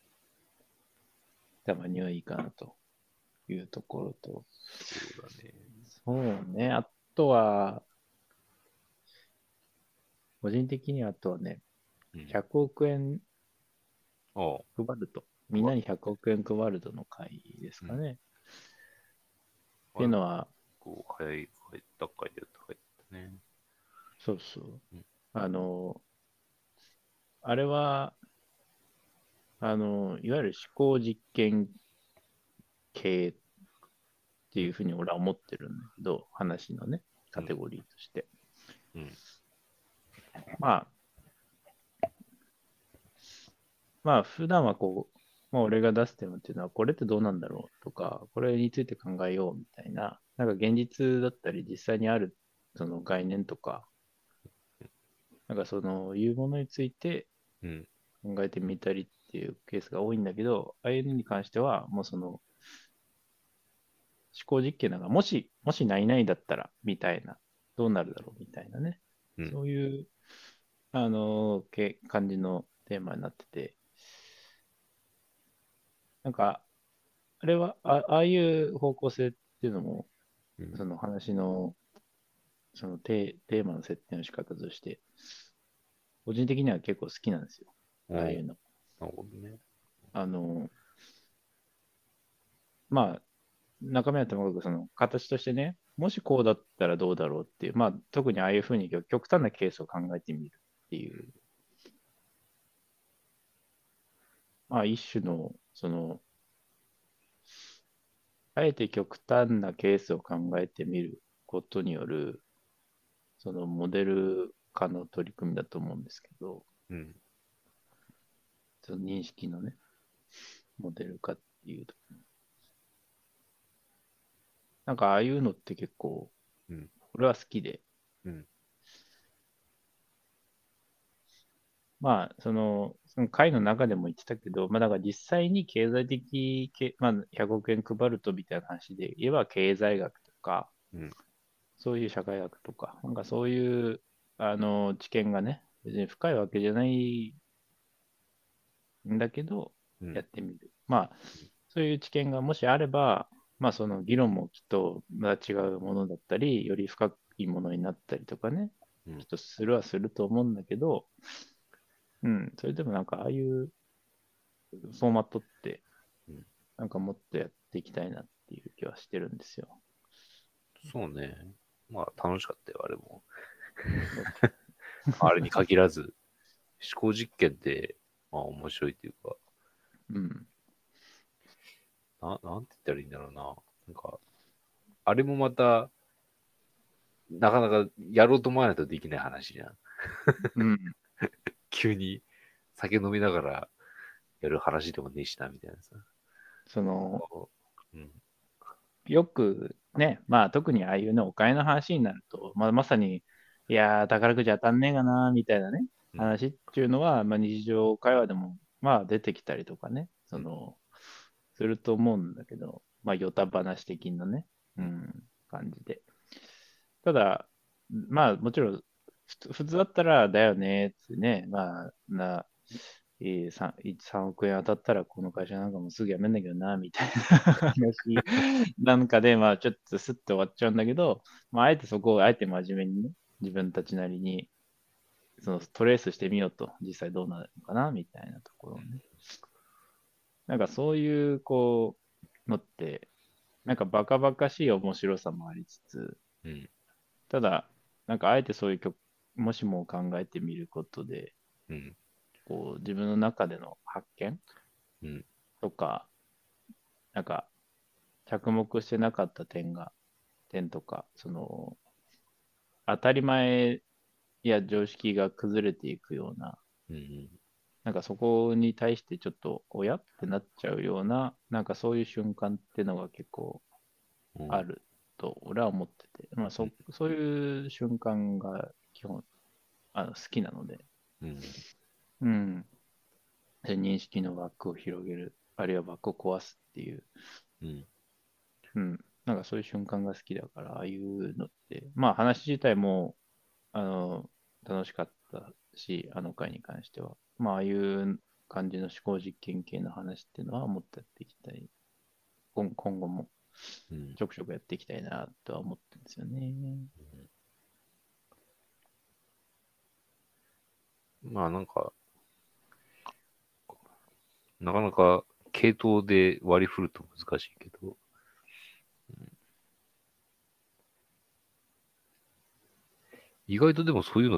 たまにはいいかなというところと、 そうだね。 そうね、あとは、個人的にはあとはね、 うん。 100億円ああ、 配ると、みん配る。 なに100億円配るとの会ですうん。 かね。ってあれもいうのは、 こう、早い、入ったかいで入ったね。 そうそう。 うん。 あの、あれは、いわゆる思考実験系ってうん。 いうふうに俺は思ってるんだけど、話のね、 うん。 カテゴリーとして。 うん。 まあ、まあ、普段はこう、まあ、俺が出すテーマっていうのは、これってどうなんだろうとか、これについて考えようみたいな、なんか現実だったり、実際にあるその概念とか、なんかそのいうものについてうん。 考えてみたりっていうケースが多いんだけど、ああいうのに関しては、もうその思考実験なんか、もし何々だったら、みたいな、どうなるだろうみたいなね、 うん。 そういう、感じのテーマになってて、なんか、あれは、ああいう方向性っていうのも、 うん。 その話の、そのテーマの設定の仕方として、個人的には結構好きなんですよ。 おー、 ああいうの。 なるほどね。 あの、まあ、中身はともかく、その形としてね、もしこうだったらどうだろうっていう、まあ、特にああいうふうに極端なケースを考えてみるっていう、まあ、一種の、その、あえて極端なケースを考えてみることによる、そのモデル化の取り組みだと思うんですけど、 うん。 その認識のね、モデル化っていうと。なんかああいうのって結構、 うん。 俺は好きで、 うん。 まあ、その会の中でも言ってたけど、まあ、だから実際に経済的、まあ、100億円配るとみたいな話で言えば、経済学とか、 うん。 そういう社会学とか、なんかそういう、知見がね、別に深いわけじゃないんだけど、 うん。 やってみる。まあ、そういう知見がもしあれば、まあ、その議論もきっとまた違うものだったり、より深いものになったりとかね、 うん。 きっとするはすると思うんだけど、うん、それでもなんかああいうフォーマットって、 うん。 なんかもっとやっていきたいなっていう気はしてるんですよ。 そうね。まあ、楽しかったよ、あれも。 そうあれに限らず、思考実験って、まあ、面白いというか、 うん。 なんて言ったらいいんだろうな。なんか、あれもまた、なかなかやろうと思わないとできない話じゃん。 うん。 急に酒飲みながらやる話でもねえしな、みたいなさ。 その、 うん。 よくね、まあ特にああいうね、お金の話になると、まあ、まさに、いやー、宝くじ当たんねえかな、みたいなね、 うん。 話っていうのは、まあ日常会話でも、まあ出てきたりとかね、 うん。 すると思うんだけど、まあ、ヨタ話的なね、 うん。 感じで。ただ、まあ、もちろん、普通だったら、だよねってね、まあ、3億円当たったらこの会社なんかもうすぐ辞めんだけどな、みたいな話なんかで、まあちょっとスッと終わっちゃうんだけど、まああえてそこをあえて真面目にね、自分たちなりにそのトレースしてみようと、実際どうなるのかな、みたいなところをね。なんかそういう、こう、のって、なんかバカバカしい面白さもありつつ、 うん。 ただ、なんかあえてそういうもしもを考えてみることで、 うん。 こう、自分の中での発見うん。 とか、なんか着目してなかった点とか、当たり前や常識が崩れていくような、 うん。 なんかそこに対してちょっと、親ってなっちゃうような、なんかそういう瞬間っていうのが結構うん。 あると、俺は思ってて、まあそういう瞬間が基本、好きなので、 うん。 うん。で認識の枠を広げる、あるいは枠を壊すっていう、 うん。 うん。なんかそういう瞬間が好きだから、ああいうのって、まあ話自体も、楽しかったし、あの回に関しては。まあ、ああいう感じの思考実験系の話っていうのはもっとやっていきたい。今後もうん。 ちょくちょくやっていきたいなとは思ってるんですよね。 まあなんか、なかなか系統で割り振ると難しいけど、意外とでもそういうのって、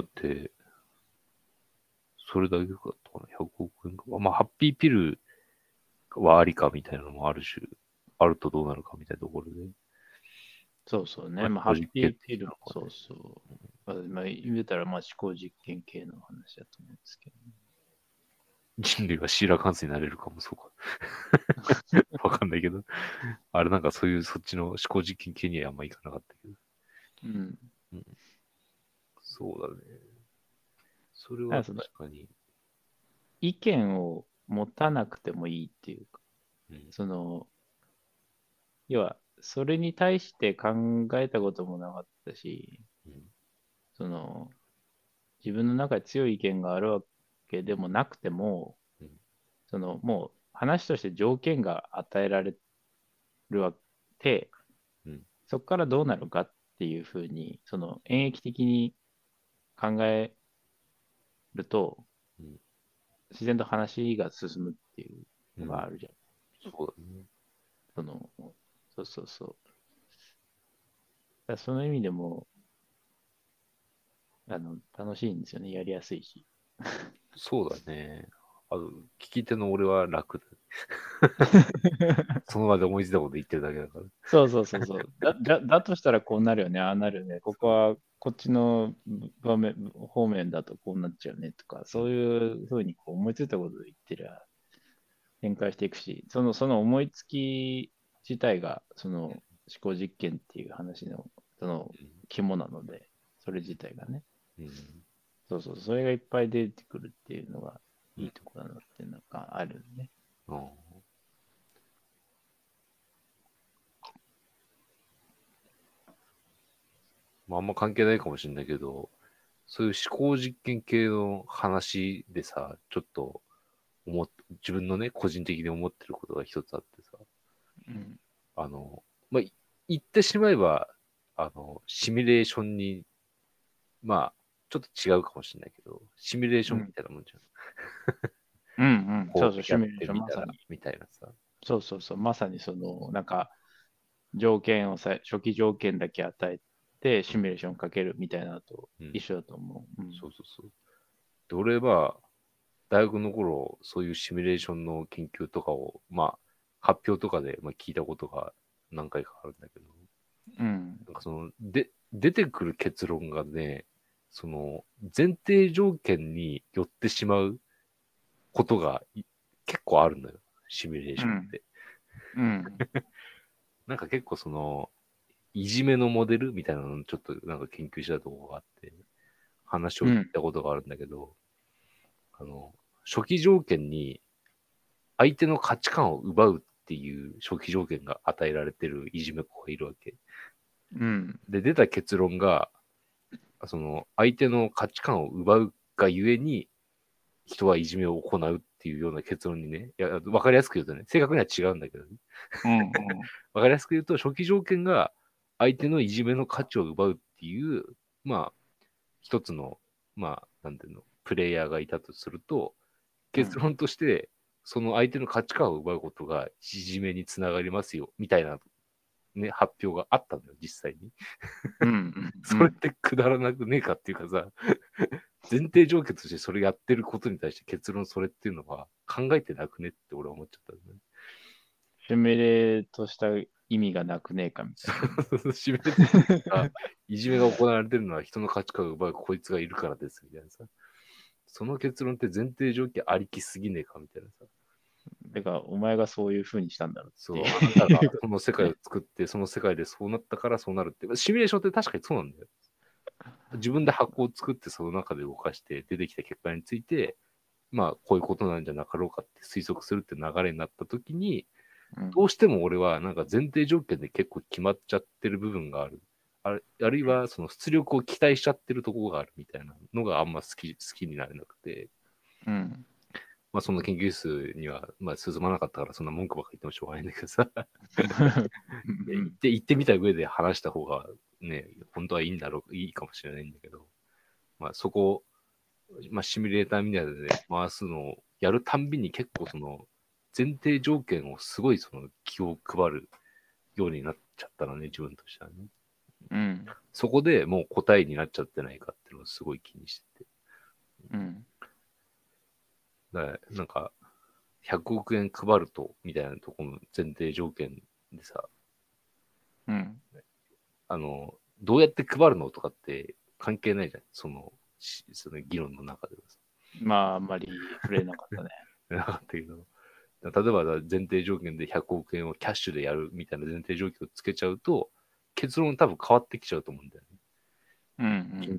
それだけかとかな、100億円か。まあ、ハッピーピルはありかみたいなのもある種、あるとどうなるかみたいなところで、 そうそうね。 まあ、 まあ、ハッ思考実験ピーピル、 的なのかね。 そうそう。まあ、言うたら、まあ、思考実験系の話だと思うんですけど、ね。 人類はシーラカンスになれるかもそうか。わかんないけど。あれなんかそういうそっちの思考実験系にはあんまいかなかったけど。 うん。 うん、そうだね。それはだからその確かに。 意見を持たなくてもいいっていうか、 うん。 その、要は、それに対して考えたこともなかったし、 うん。 その、自分の中で強い意見があるわけでもなくても、 うん。 その、もう話として条件が与えられるわけで、 うん。 そこからどうなるかっていうふうに、その演繹的に考えると、 うん。 自然と話が進むっていううん。 のがあるじゃん。 そうだね。 その、そうそうそう。だからその意味でも、楽しいんですよね。やりやすいし。 そうだね。聞き手の俺は楽だ。その場で思いついたこと言ってるだけだから。 そうそうそうそう。だとしたらこうなるよね、ああなるよね。ここそう。 はこっちの方面だとこうなっちゃうねとか、 うん。 そういうふうにこう思いついたことを言ってりゃ展開していくし、その思いつき自体が、その思考実験っていう話の、その肝なので、それ自体がね。 うん。 そうそう、それがいっぱい出てくるっていうのがうん。 いいところだなっていうのがあるね。 うん。まあ、あんま関係ないかもしれないけど、そういう思考実験系の話でさ、ちょっと自分のね、個人的に思ってることが一つあってさ、 うん。 あの、まあ、言ってしまえば、シミュレーションに、まあ、ちょっと違うかもしれないけど、シミュレーションみうん。 たいなもんじゃん。 うんうん。そうそう、 こうやっシミュレーション、 てみたら、 まさに。 みたいなさ。 そうそうそう、まさにその、なんか、条件を初期条件だけ与えて、シミュレーションかけるみたいなのとうん。 一緒だと思う。うん。 そうそうそう。で、俺は、大学の頃、そういうシミュレーションの研究とかを、まあ、発表とかで、まあ、聞いたことが何回かあるんだけど、 うん。 なんか出てくる結論がね、前提条件によってしまうことが結構あるのよ、シミュレーうん。 ションって。 うん。 なんか結構いじめのモデルみたいなのをちょっとなんか研究したところがあって、話を聞いうん。 たことがあるんだけど、あの、初期条件に相手の価値観を奪うっていう初期条件が与えられてるいじめっ子がいるわけ。 うん。 で、出た結論が、相手の価値観を奪うがゆえに、人はいじめを行うっていうような結論にね、いや、わかりやすく言うとね、正確には違うんだけどね。 うん。 わかりやすく言うと、初期条件が相手のいじめの価値を奪うっていう、まあ、一つの、まあ、なんていうの、プレイヤーがいたとすると、 うん。 結論として、その相手の価値観を奪うことがいじめにつながりますよ、みたいな、ね、発表があったんだよ、実際に。 うん。うそれっん。 てくだらなくねえかっていうかさ、前提条件としてそれやってることに対して結論それっていうのは考えてなくねって俺は思っちゃったんだね。 シミュレートした意味がなくねえかみたいな。 シミュレートするとか、いじめが行われてるのは人の価値観を奪うこいつがいるからですみたいなさ。その結論って前提条件ありきすぎねえかみたいなさ。 だから、お前がそういう風にしたんだろうってそう、 いあなたがうこその世とね。 界を作って、その世界でそうなったからそうなるって。シミュレーションって確かにそうなんだよ。自分で箱を作ってその中で動かして出てきた結果について、まあ、こういうことなんじゃなかろうかって推測するって流れになった時に、 うん。 どうしても俺はなんか前提条件で結構決まっちゃってる部分がある。あるいはその出力を期待しちゃってるところがあるみたいなのがあんま好きになれなくて、 うん。 まあそんな研究室には、まあ進まなかったからそんな文句ばっかり言ってもしょうがないんだけどさ。行ってみた上で話した方がね、本当はいいんだろう、いいかもしれないんだけど、まあそこ、まあシミュレーターみたいなので回すのをやるたんびに結構その前提条件をすごいその気を配るようになっちゃったのね、自分としてはね。 うん。 そこでもう答えになっちゃってないかっていうのをすごい気にしてて。 うん。 だからなんか、100億円配ると、みたいなところの前提条件でさ、 うん。 どうやって配るのとかって関係ないじゃん。その議論の中ではさ。 まあ、あんまり触れなかったね。 なかったけど。例えば前提条件で100億円をキャッシュでやるみたいな前提条件をつけちゃうと、結論多分変わってきちゃうと思うんだよね。 うん。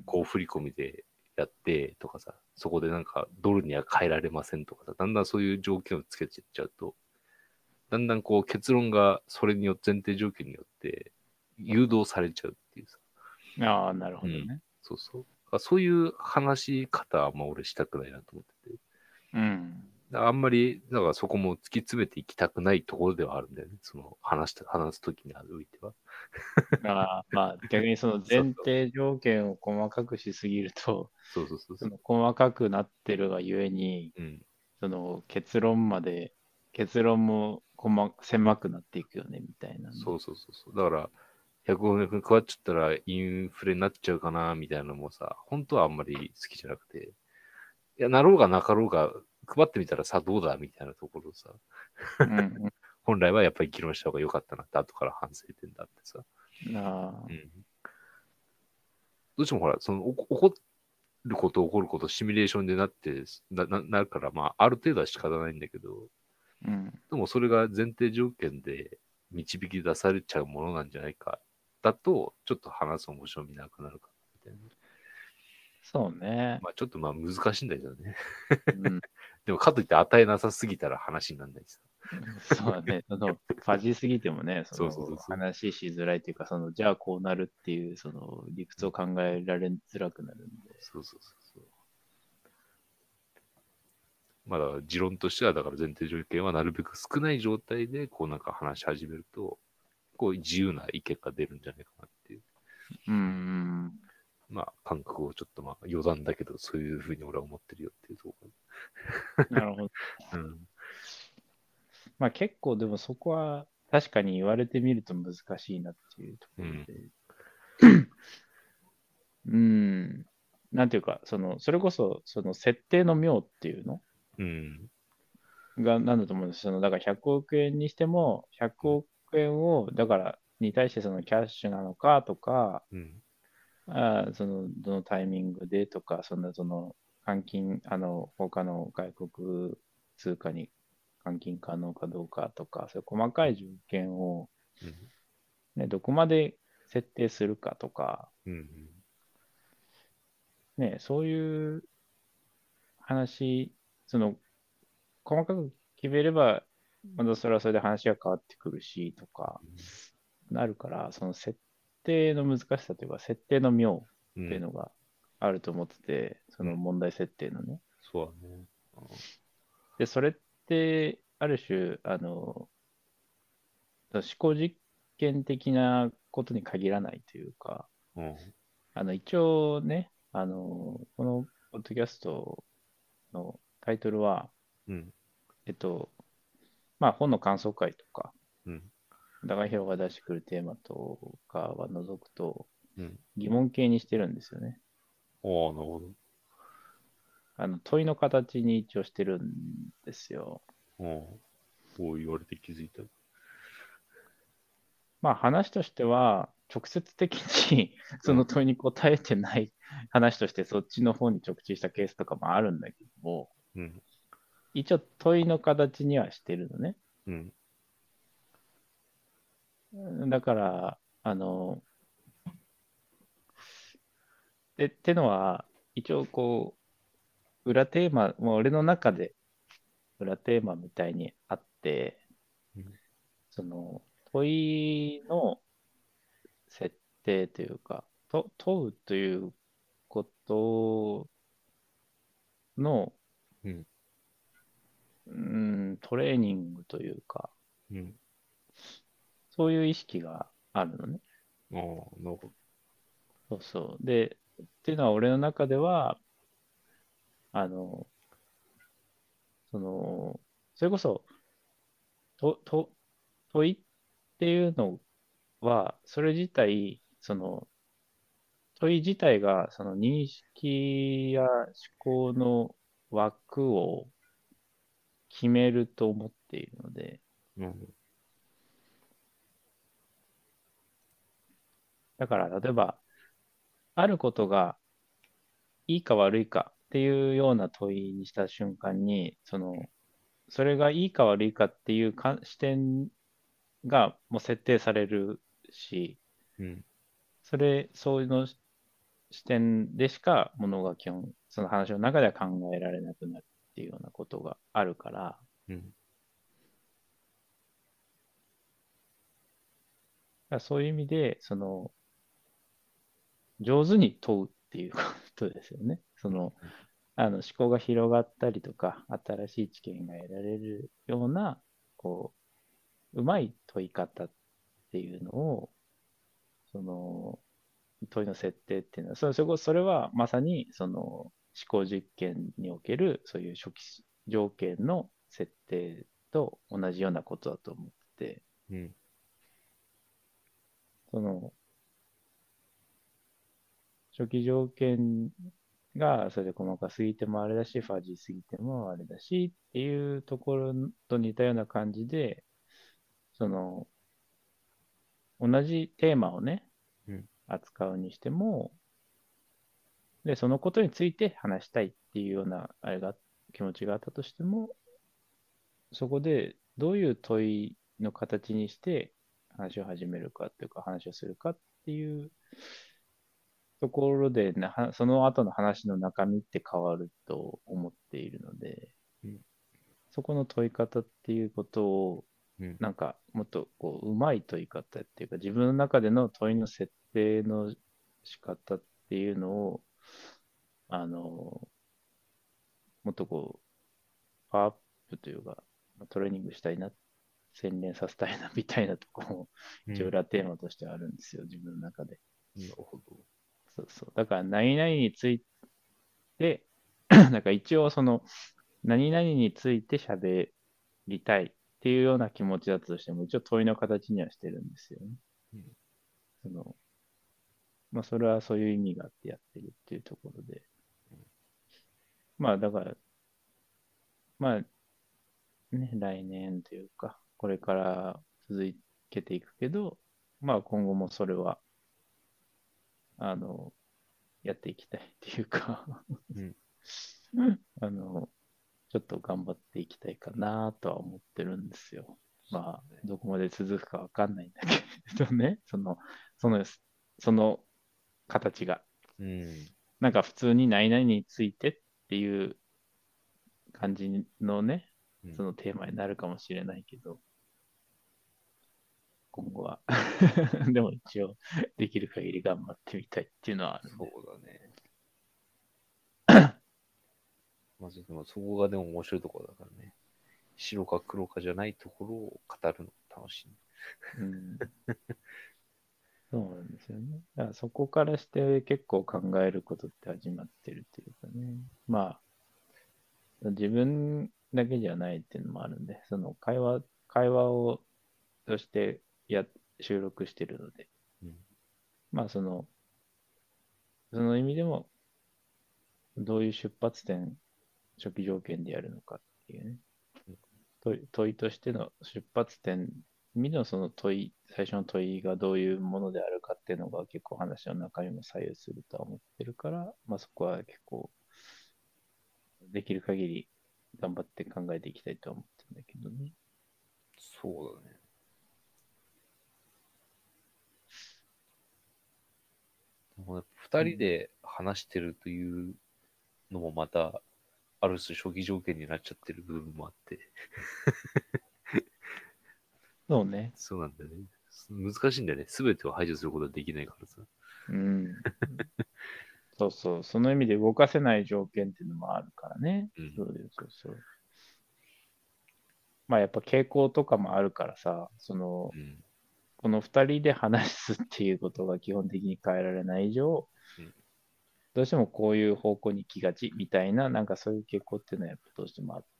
銀行振り込みでやってとかさ、そこでなんかドルには変えられませんとかさ、だんだんそういう条件をつけていっちゃうと、だんだんこう結論がそれによって前提条件によって誘導されちゃうっていうさ。 うん。ああ、なるうん。 ほどね。 そうそう。そういう話し方はあんま俺したくないなと思ってて。 うん。 だからあんまり、だからそこも突き詰めていきたくないところではあるんだよね。その話すときにおいては。 ああ、まあ、逆にその前そうそう。 提条件を細かくしすぎると、 そうそうそうそそう。 の細かくなってるがゆえに、 うん。 その結論も狭くなっていくよね、みたいなね。 そうそうそうそう。だから、100億円配っちゃったらインフレになっちゃうかな、みたいなのもさ、本当はあんまり好きじゃなくて、いや、なろうがなかろうが、配ってみたらさ、どうだみたいなところをさ、 うん。 本来はやっぱり議論した方が良かったなって、後から反省点だってさ。 ああ、 うん。どうしてもほら、起こること起こることシミュレーションでなるから、まあ、ある程度は仕方ないんだけど、 うん。 でもそれが前提条件で導き出されちゃうものなんじゃないか、だと、ちょっと話す面白みなくなるかみたいな。 そうね。 まあ、ちょっとまあ難しいんだけどね。 うん。 でも、かといって与えなさすぎたら話にならないさ。 そうだね。ファジすぎてもね、 そうそうそうそう。 話しづらいというか、じゃあこうなるっていう、理屈を考えられづらくなるんで。 そうそうそうそう。まだ持論としては、だから前提条件はなるべく少ない状態で、こうなんか話し始めると、こう自由な意見が出るんじゃないかなっていう、 うん。 まあ感覚をちょっとまあ余談だけど、そういうふうに俺は思ってるよっていうとこなるほど。 ろ。うん。 まあ結構でもそこは確かに言われてみると難しいなっていうとうん。 ころで。うん。なんていうか、それこそ、設定の妙っていうのうん。 が、なんだと思うんです。だから100億円にしても、100億円を、だから、に対してキャッシュなのかとか、 うん。 どのタイミングでとか、換金、他の外国通貨に換金可能かどうかとか、そういう細かい条件を、 うん。 ね、どこまで設定するかとか、 うん。 ね、そういう話、細かく決めれば、またそれはそれで話が変わってくるし、とか、なるから、その設定の難しさというか、設定の妙うん。 っていうのがあると思ってて、そうん。 の問題設定のね。 そうだね。 で、それって、ある種、思考実験的なことに限らないというか、 うん。 一応ね、このポッドキャストのタイトルは、 うん。 えっと、まあ、本の感想会とか、 うん。 高弘が出してくるテーマとかは除くと、 うん。 疑問形にしてるんですよね。 ああ、なるほど。 問いの形に一応してるんですよ。 ああ、こう言われて気づいた。 まあ話としては、直接的にそのうん。 問いに答えてない話としてそっちの方に直通したケースとかもあるんだけども、 うん。 一応問いの形にはしてるのね。 うん。 だから、ってのは、一応裏テーマ、もう俺の中で裏テーマみたいにあって、 うん。 その問いの設定というか、問うということの、 うん。 トレーニングというか、 うん。 そういう意識があるのね。 ああ、なるほど。 そうそう。で、っていうのは俺の中では、あの、その、それこそ、問いっていうのは、それ自体、問い自体が、その認識や思考の枠を決めると思っているので、 うん。 だから例えば、あることがいいか悪いかっていうような問いにした瞬間に、それがいいか悪いかっていう視点がもう設定されるし、 うん。 そういうの視点でしかものが基本、その話の中では考えられなくなるっていうようなことがあるから、 うん。 そういう意味で、上手に問うっていうことですよね。思考が広がったりとか、新しい知見が得られるような、こうまい問い方っていうのを、その、問いの設定っていうのは、それはまさに、思考実験における、そういう初期条件の設定と同じようなことだと思ってて、 うん。 その、初期条件がそれで細かすぎてもあれだし、ファジーすぎてもあれだしっていうところと似たような感じで、その、同じテーマをね、 うん。 扱うにしても、で、そのことについて話したいっていうような、気持ちがあったとしても、そこでどういう問いの形にして話を始めるかっていうか、話をするかっていうところでその後の話の中身って変わると思っているので、 うん。 そこの問い方っていうことを、 うん。 なんかもっとうまい問い方っていうか、自分の中での問いの設定の仕方っていうのを、あの、もっとパワーアップというか、トレーニングしたいな、洗練させたいなみたいなところも一応うん。 裏テーマとしてあるんですよ、自分の中で。 なるほど。 そうそう。だから何々について、なんか一応何々について喋りたいっていうような気持ちだったとしても、一応問いの形にはしてるんですよね。 うん。 その、まあ、それはそういう意味があってやってるっていうところで。まあ、だから、まあ、ね、来年というか、これから続けていくけど、まあ、今後もそれは、あの、やっていきたいっていうかうん。 あの、ちょっと頑張っていきたいかなとは思ってるんですよ。まあ、 そうね。 どこまで続くかわかんないんだけどね、その、その形が。 うん。 なんか普通に何々についてっていう感じのね、 うん。 そのテーマになるかもしれないけど、今後はでも一応、できる限り頑張ってみたいっていうのはあるんで。 そうだね。まず、でもそこがでも面白いところだからね。白か黒かじゃないところを語るの楽しい。 うん、そうなんですよね。だからそこからして結構考えることって始まってるっていうかね。まあ、自分だけじゃないっていうのもあるんで、会話をとして収録してるので、 うん。 まあその意味でも、どういう出発点、初期条件でやるのかっていうね。問いとしての出発点、意味でのその最初の問いがどういうものであるかっていうのが結構話の中身も左右するとは思ってるから、まあそこは結構できる限り頑張って考えていきたいとは思ってるんだけどね。 そうだね。でもやっぱ二人うん、 で話してるというのもまた、ある種初期条件になっちゃってる部分もあって。 そうね。 そうなんだよね。難しいんだよね。すべてを排除することはできないからさ。 うん。そうそう。その意味で動かせない条件っていうのもあるからね。 うん。 そうそうそう。 まあやっぱ傾向とかもあるからさ、 うん。 この二人で話すっていうことが基本的に変えられない以上、 うん。 どうしてもこういう方向に行きがちみたいな、なんかそういう傾向っていうのはやっぱどうしてもあって、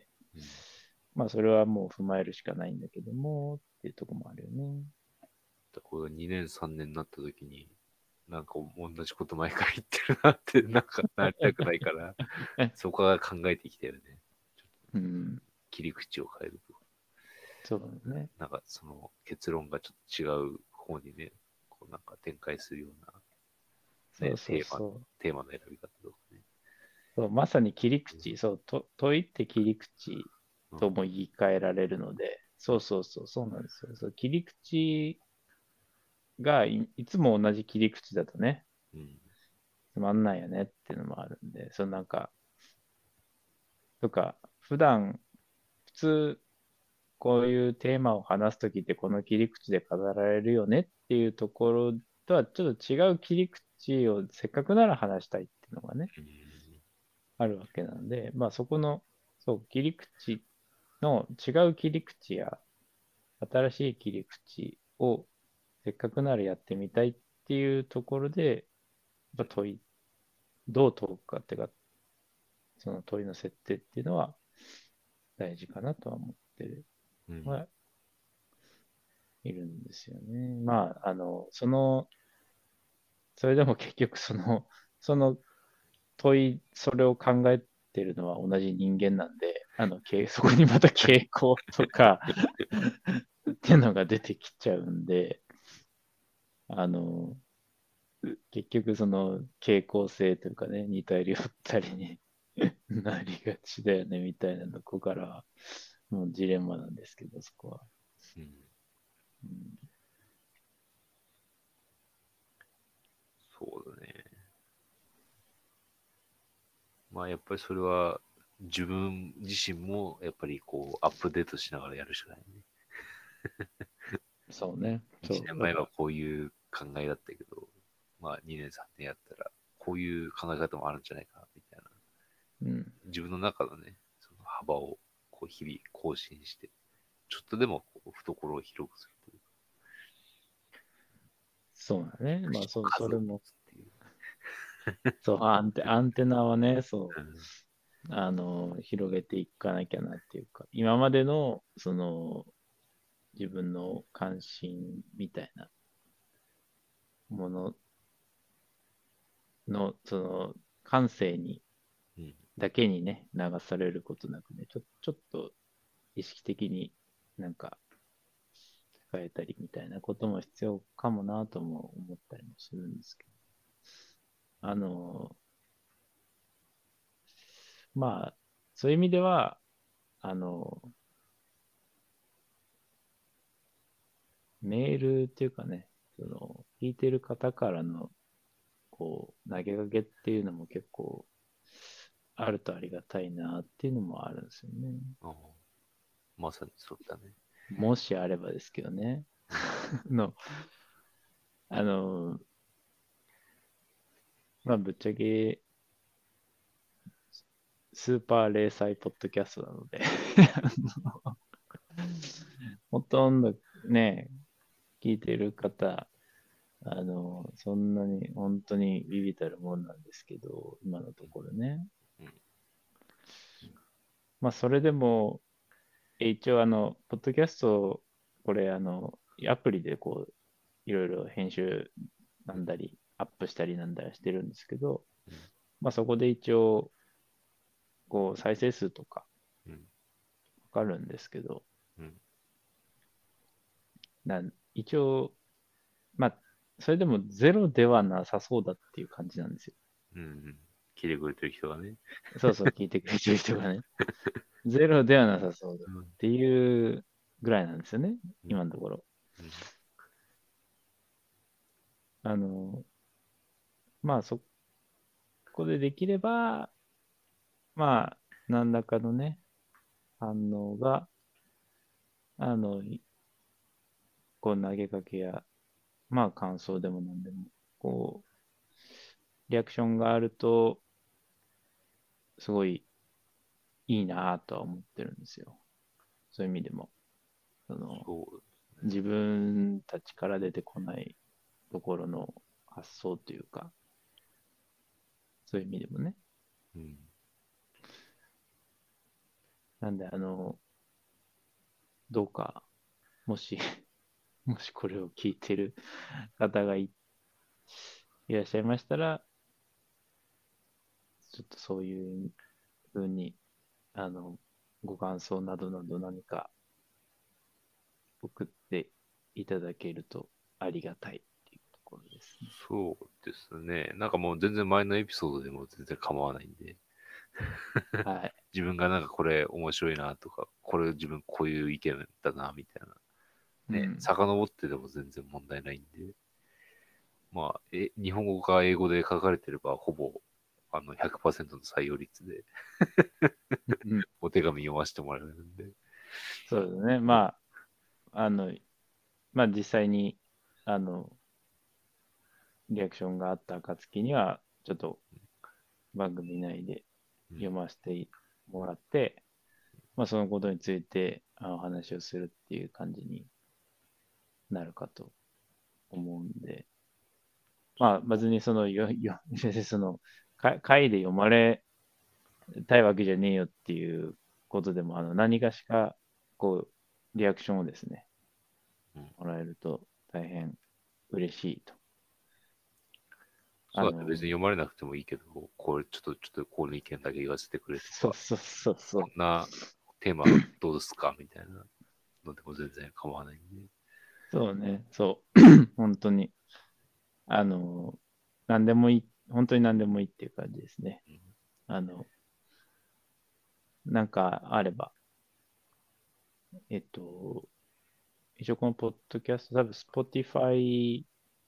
うん。 まあそれはもう踏まえるしかないんだけども、っていうところもあるよね。 これが2年3年になった時に、なんか同じこと毎回言ってるなって、なんかなりたくないから、そこは考えてきたよね。 うん、 切り口を変えると。 そうだね。 なんかその結論がちょっと違う方にね、こうなんか展開するような、ね、 そうそうそう。 テーマの選び方とかね。 そう、まさに切り口、問いって切り口うん。 とも言い換えられるので、そうそうそう、そうなんですよ。そう、切り口がいつも同じ切り口だとね、 うん。 つまんないよねっていうのもあるんで、なんか、とか、普段、普通、こういうテーマを話すときってこの切り口で語られるよねっていうところとはちょっと違う切り口をせっかくなら話したいっていうのがね、 うん。 あるわけなんで、まあそこの、そう、切り口の違う切り口や新しい切り口をせっかくならやってみたいっていうところで、やっぱどう問うかっていうか、その問いの設定っていうのは大事かなとは思ってうん。 はいるんですよね。まあ、それでも結局そのそれを考えてるのは同じ人間なんで、そこにまた傾向とかっていうのが出てきちゃうんで、あの、結局その傾向性というかね、似たり寄ったりになりがちだよね、みたいなとこから、もうジレンマなんですけど、そこは。 うん。 うん、 そうだね。まあやっぱりそれは自分自身もやっぱりこうアップデートしながらやるしかないね。 そうね。 1 そう。 年前はこういう考えだったけど、まあ2年3年やったらこういう考え方もあるんじゃないかなみたいな。 うん。 自分の中のね、その幅をこう日々更新して、ちょっとでもこう懐を広くするというそうだね。 か、 まあ、 口の数を持それも、 つっていう。 そう、アンテナはね、 うん。 広げていかなきゃなっていうか、今までの、自分の関心みたいなものの、感性に、 うん。 だけにね、流されることなくね、ちょっと意識的になんか変えたりみたいなことも必要かもなとも思ったりもするんですけど、あの、まあ、そういう意味では、あの、メールっていうかね、聞いてる方からの、投げかけっていうのも結構あるとありがたいなっていうのもあるんですよね。 ああ、まさにそうだね。 もしあればですけどね。 うん。 の、あの、まあ、ぶっちゃけ、スーパー零細ポッドキャストなのでほとんどね、聞いてる方、そんなに本当にビビたるもんなんですけど、今のところね。 うん。 まあ、それでも、一応ポッドキャスト、これアプリでいろいろ編集なうん。 んだり、アップしたりなんだりしてるんですけど、 うん。 まあそこで一応、再生数とかうん。 わかるんですけど、 うん。 一応、まあ、それでもゼロではなさそうだっていう感じなんですよ。 うん。聞いてくれてる人がね。 そうそう、聞いてくれてる人がね。ゼロではなさそうだっうん。 ていうぐらいなんですよね、 うん。 今のところ。 うん。 あの、まあそこでできれば、まあ、何らかのね、反応が、あの、投げかけや、まあ、感想でも何でも、こリアクションがあると、すごいいいなぁとは思ってるんですよ。 そういう意味でも、その、 そう。 自分たちから出てこないところの発想というか、そういう意味でもね。 うん。 なんで、どうか、もしもしこれを聞いてる方がいらっしゃいましたら、ちょっとそういうふうに、あの、ご感想などなど何か送っていただけるとありがたいっていうところですね。 そうですね。なんかもう全然前のエピソードでも全然構わないんで、 はい。 自分がなんかこれ面白いなとか、これ自分こういう意見だなみたいな、ね、 うん。 遡ってでも全然問題ないんで、まあ、日本語か英語で書かれてれば、ほぼ、100%の採用率でうん。 お手紙読ませてもらえるんで、 そうですね。 うん、 まあ実際に、あの、リアクションがあった暁には、ちょっと番組内でうん、 読ませてもらって、まあそのことについてお話をするっていう感じになるかと思うんで、まあ別に別に会で読まれたいわけじゃねえよっていうことでも、何かしか、こう、リアクションをですね、 うん。 もらえると大変嬉しいと。あそうだね。別の、 に読まれなくてもいいけど、これちょっとこの意見だけ言わせてくれとか、 そうそうそうそう。 こんなテーマどうですかみたいなのでも全然構わないんで。 そうね、そう。本当に。あの、何でもいい、本当に何でもいいっていう感じですね。 うん。 あの、なんかあれば、えっと、一応このポッドキャスト、多分 Spotify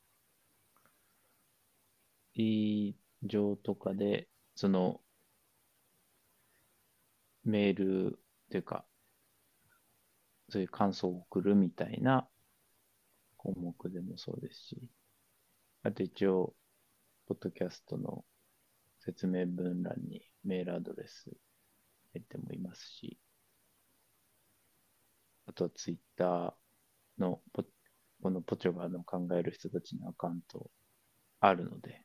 上とかで、そのメールというか、そういう感想を送るみたいな項目でもそうですし、あと一応、ポッドキャストの説明文欄にメールアドレス入ってもいますし、あとはツイッターのこのポチョガの考える人たちのアカウントあるので、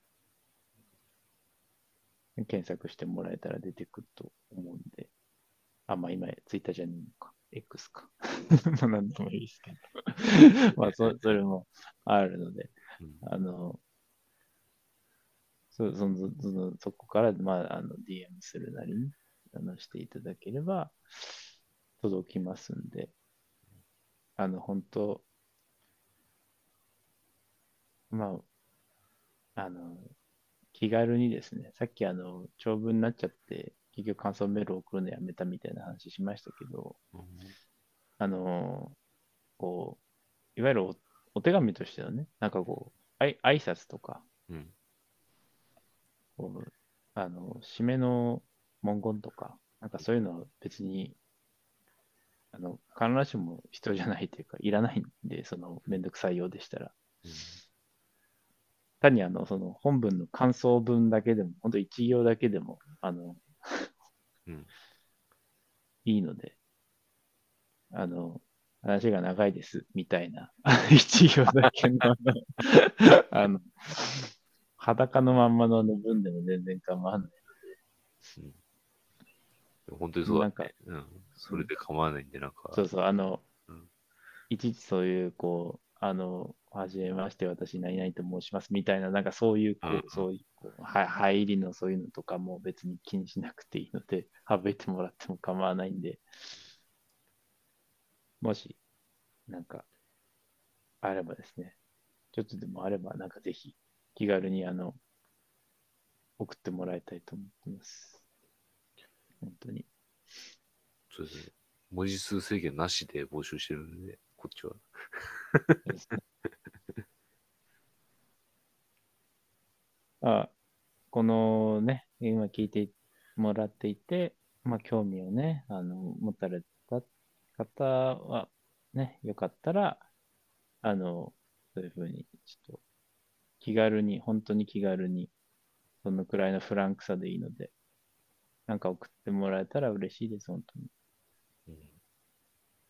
検索してもらえたら出てくると思うんで、まあ今ツイッターじゃねえのか、X か。なんでもいいですけど。まあそれもあるので、 うん。 あの、そこから、まあ、DM するなりに、していただければ、届きますんで、本当、まあ、気軽にですね、さっき長文になっちゃって、結局感想メールを送るのやめたみたいな話しましたけど、 うん。 あの、こいわゆるお手紙としてのね、なんか挨拶とか、 うん。 こう、締めの文言とか、なんかそういうのは別に必ずしも必要じゃないというか、いらないんで、そのめんどくさいようでしたら。 うん。 単にその本文の感想文だけでも、本当一行だけでも、 うん。 いいので、あの、話が長いです、みたいな、一行だけの、あの、裸のまんまの文でも全然構わない。 うん。本当にそうなんか、 だね。うん。そうん、 れで構わないんで、なんか、 そうそう、 うん。 いちいちそういう、はじめまして、私、何々と申します、みたいな、なんかそういう、 うん。 そういう、入りのそういうのとかも別に気にしなくていいので、省いてもらっても構わないんで、もし、なんか、あればですね、ちょっとでもあれば、なんかぜひ、気軽に、送ってもらいたいと思ってます。本当に。 そうですね。文字数制限なしで募集してるんで、こっちは。 そうですね。あ、このね、今聞いてもらっていて、まあ、興味をね、持たれた方は、ね、よかったら、そういうふうに、ちょっと気軽に、本当に気軽に、そのくらいのフランクさでいいので、なんか送ってもらえたら嬉しいです、本当に。 うん。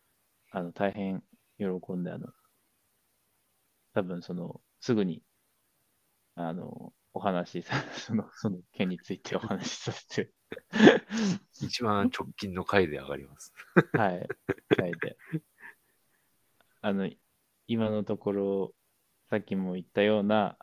大変喜んで、多分すぐに、お話しさ、その件についてお話しさせて、 一番直近の回で上がります。 はい、書いて。あの、今のところ、さっきも言ったような、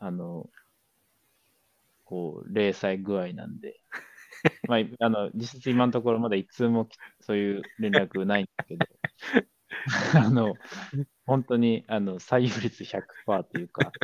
零細具合なんで、まあ、実質今のところまだ一通もそういう連絡ないんですけど、あの、本当に、採用率100%というか、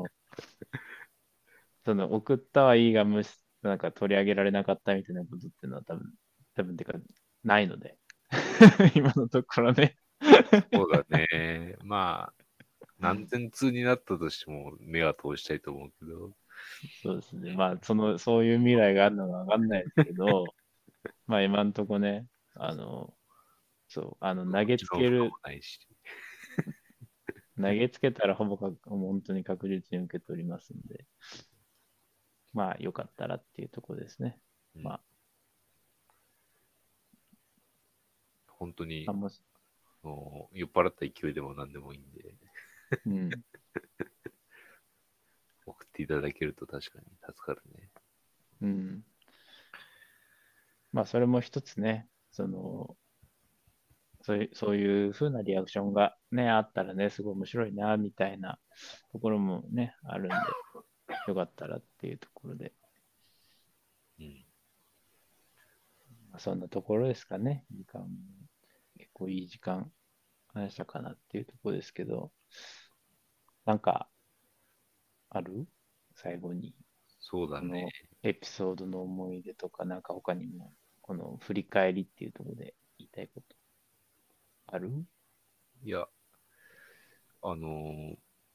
送ったはいいがなんか取り上げられなかったみたいなことっていうのは多分てか、ないので、今のところね。 そうだね。まあ、何千通になったとしても目は通したいと思うけど、 そうですね。まあ、そういう未来があるのはわかんないですけど、まあ今のところね、あの、投げもちろん不可もつける、 ないし。 投げつけたら本当に確実に受け取りますんで、まあよかったらっていうところですね。 うん、 ま本当にあ、もし、 酔っ払った勢いでも何でもいいんで、 うん、 送っていただけると確かに助かるね。 うん。まあそれも一つね、そういう風なリアクションがね、あったらね、すごい面白いな、みたいなところもね、あるんで、よかったらっていうところで、 うん。 まあ、そんなところですかね。時間も結構いい時間話したかなっていうところですけど、なんかある最後に、 そうだね。 このエピソードの思い出とか、なんか他にも、この振り返りっていうところで言いたいことある？ いや、あのー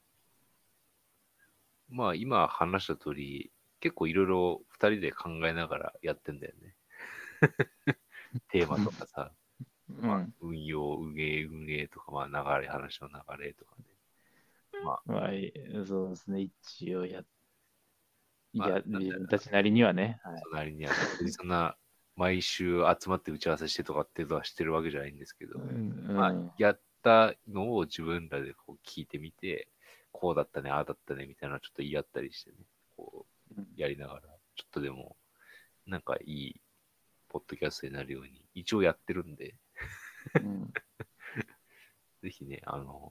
まあ今話した通り、結構いろいろ二人で考えながらやってんだよね。テーマとかさ、まあうん。 運営とか、まあ流れ、話の流れとかね。まあ、 まあ、そうですね。一応まあ、なんだろうな、 自分たちなりにはね。はい。 そのなりにはね、別にそんな毎週集まって打ち合わせしてとかっていうのはしてるわけじゃないんですけど、 うん、 まあ、 うん、 やったのを自分らでこう聞いてみて、こうだったね、ああだったね、みたいなのをちょっと言い合ったりしてね、こうん、 う、やりながら、ちょっとでも、なんかいいポッドキャストになるように、一応やってるんで、 うん。 ぜひね、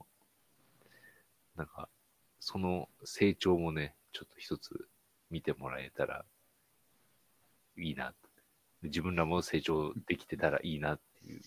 なんか、その成長もね、ちょっと一つ見てもらえたらいいなと。自分らも成長できてたらいいなっていう。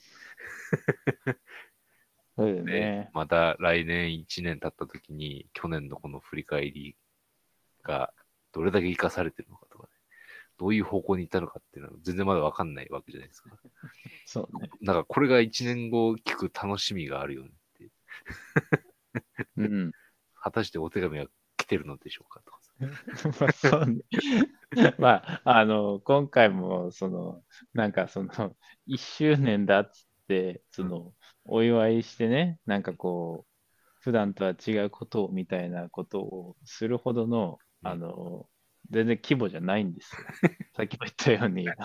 そうだよで、 ね。 また来年1年経った時に、去年のこの振り返りがどれだけ活かされてるのかとかね、どういう方向に行ったのかっていうのは全然まだわかんないわけじゃないですか。 そうね。 なんかこれが1年後聞く楽しみがあるよねって。 うん。 果たしてお手紙は来てるのでしょうかとかさ。 まあ、そうね。まあ、今回も、なんか1周年だっつって、 うん。 お祝いしてね、なんか普段とは違うことをみたいなことをするほどの、 うん。 全然規模じゃないんですよ。さっきも言ったように、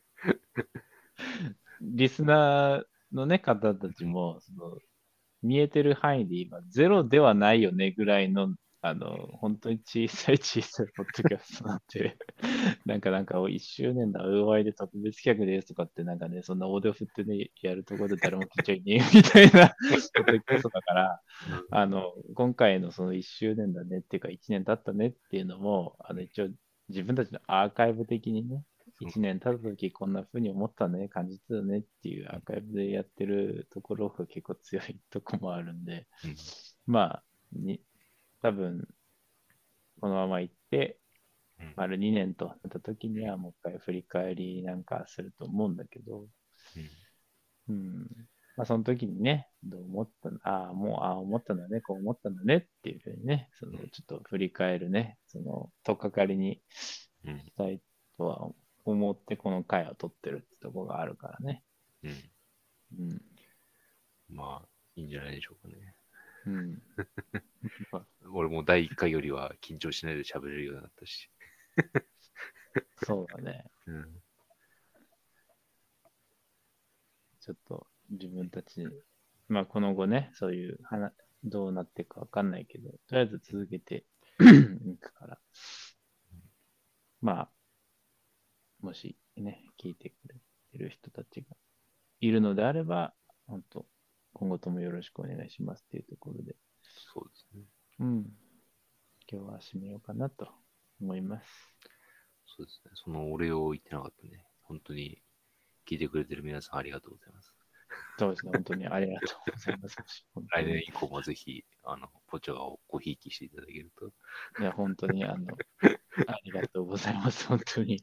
リスナーのね、方たちも、見えてる範囲で今、ゼロではないよねぐらいの、本当に小さい小さいポッドキャストなんて、なんか、1周年だ、お祝いで特別企画ですとかって、なんかね、そんな大手を振ってね、やるところで誰も聞いちゃいねえよみたいなポッドキャストだから、 うん。 今回のその1周年だねっていうか、1年経ったねっていうのも、一応自分たちのアーカイブ的にね、1年経った時こんな風に思ったね、感じてたねっていうアーカイブでやってるところが結構強いとこもあるんで、 うん。 まあ、多分このまま行って、 うん。 丸2年となった時にはもう一回振り返りなんかすると思うんだけど、 うん。 うん。まあ、その時にね、どう思ったの、思ったんだね、こう思ったんだねっていうふうにね、ちょっと振り返るね、とっかかりにうん。 したいとは思ってこの回を取ってるってとこがあるからね。 うん。 うん。 まあ、いいんじゃないでしょうかね。 うん。まあ俺も第1回よりは緊張しないで喋れるようになったし。 そうだね。 うん。 ちょっと自分たちまあ、この後ね、そういうどうなっていくかわかんないけど、とりあえず続けていくから、まあ、もしね、聞いてくれてる人たちがいるのであれば、本当、今後ともよろしくお願いしますっていうところで、 そうですね。 うん、今日は締めようかなと思います。 そうですね。そのお礼を言ってなかったね。本当に聞いてくれてる皆さんありがとうございます。 そうですね、本当にありがとうございます。本当来年に。 以降もぜひ、ポチョをごひいきしていただけると。 いや、本当に、ありがとうございます。本当に。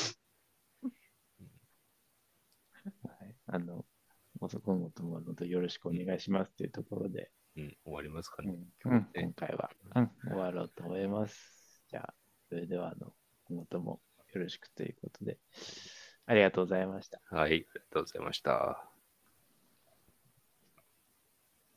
はい。もう今後ともよろしくお願いしますというところで、 うん、終わりますかね。 うん、 今日ね。 今回は、終わろうと思います。じゃあ、それでは、今後ともよろしくということで、ありがとうございました。 はい、ありがとうございました。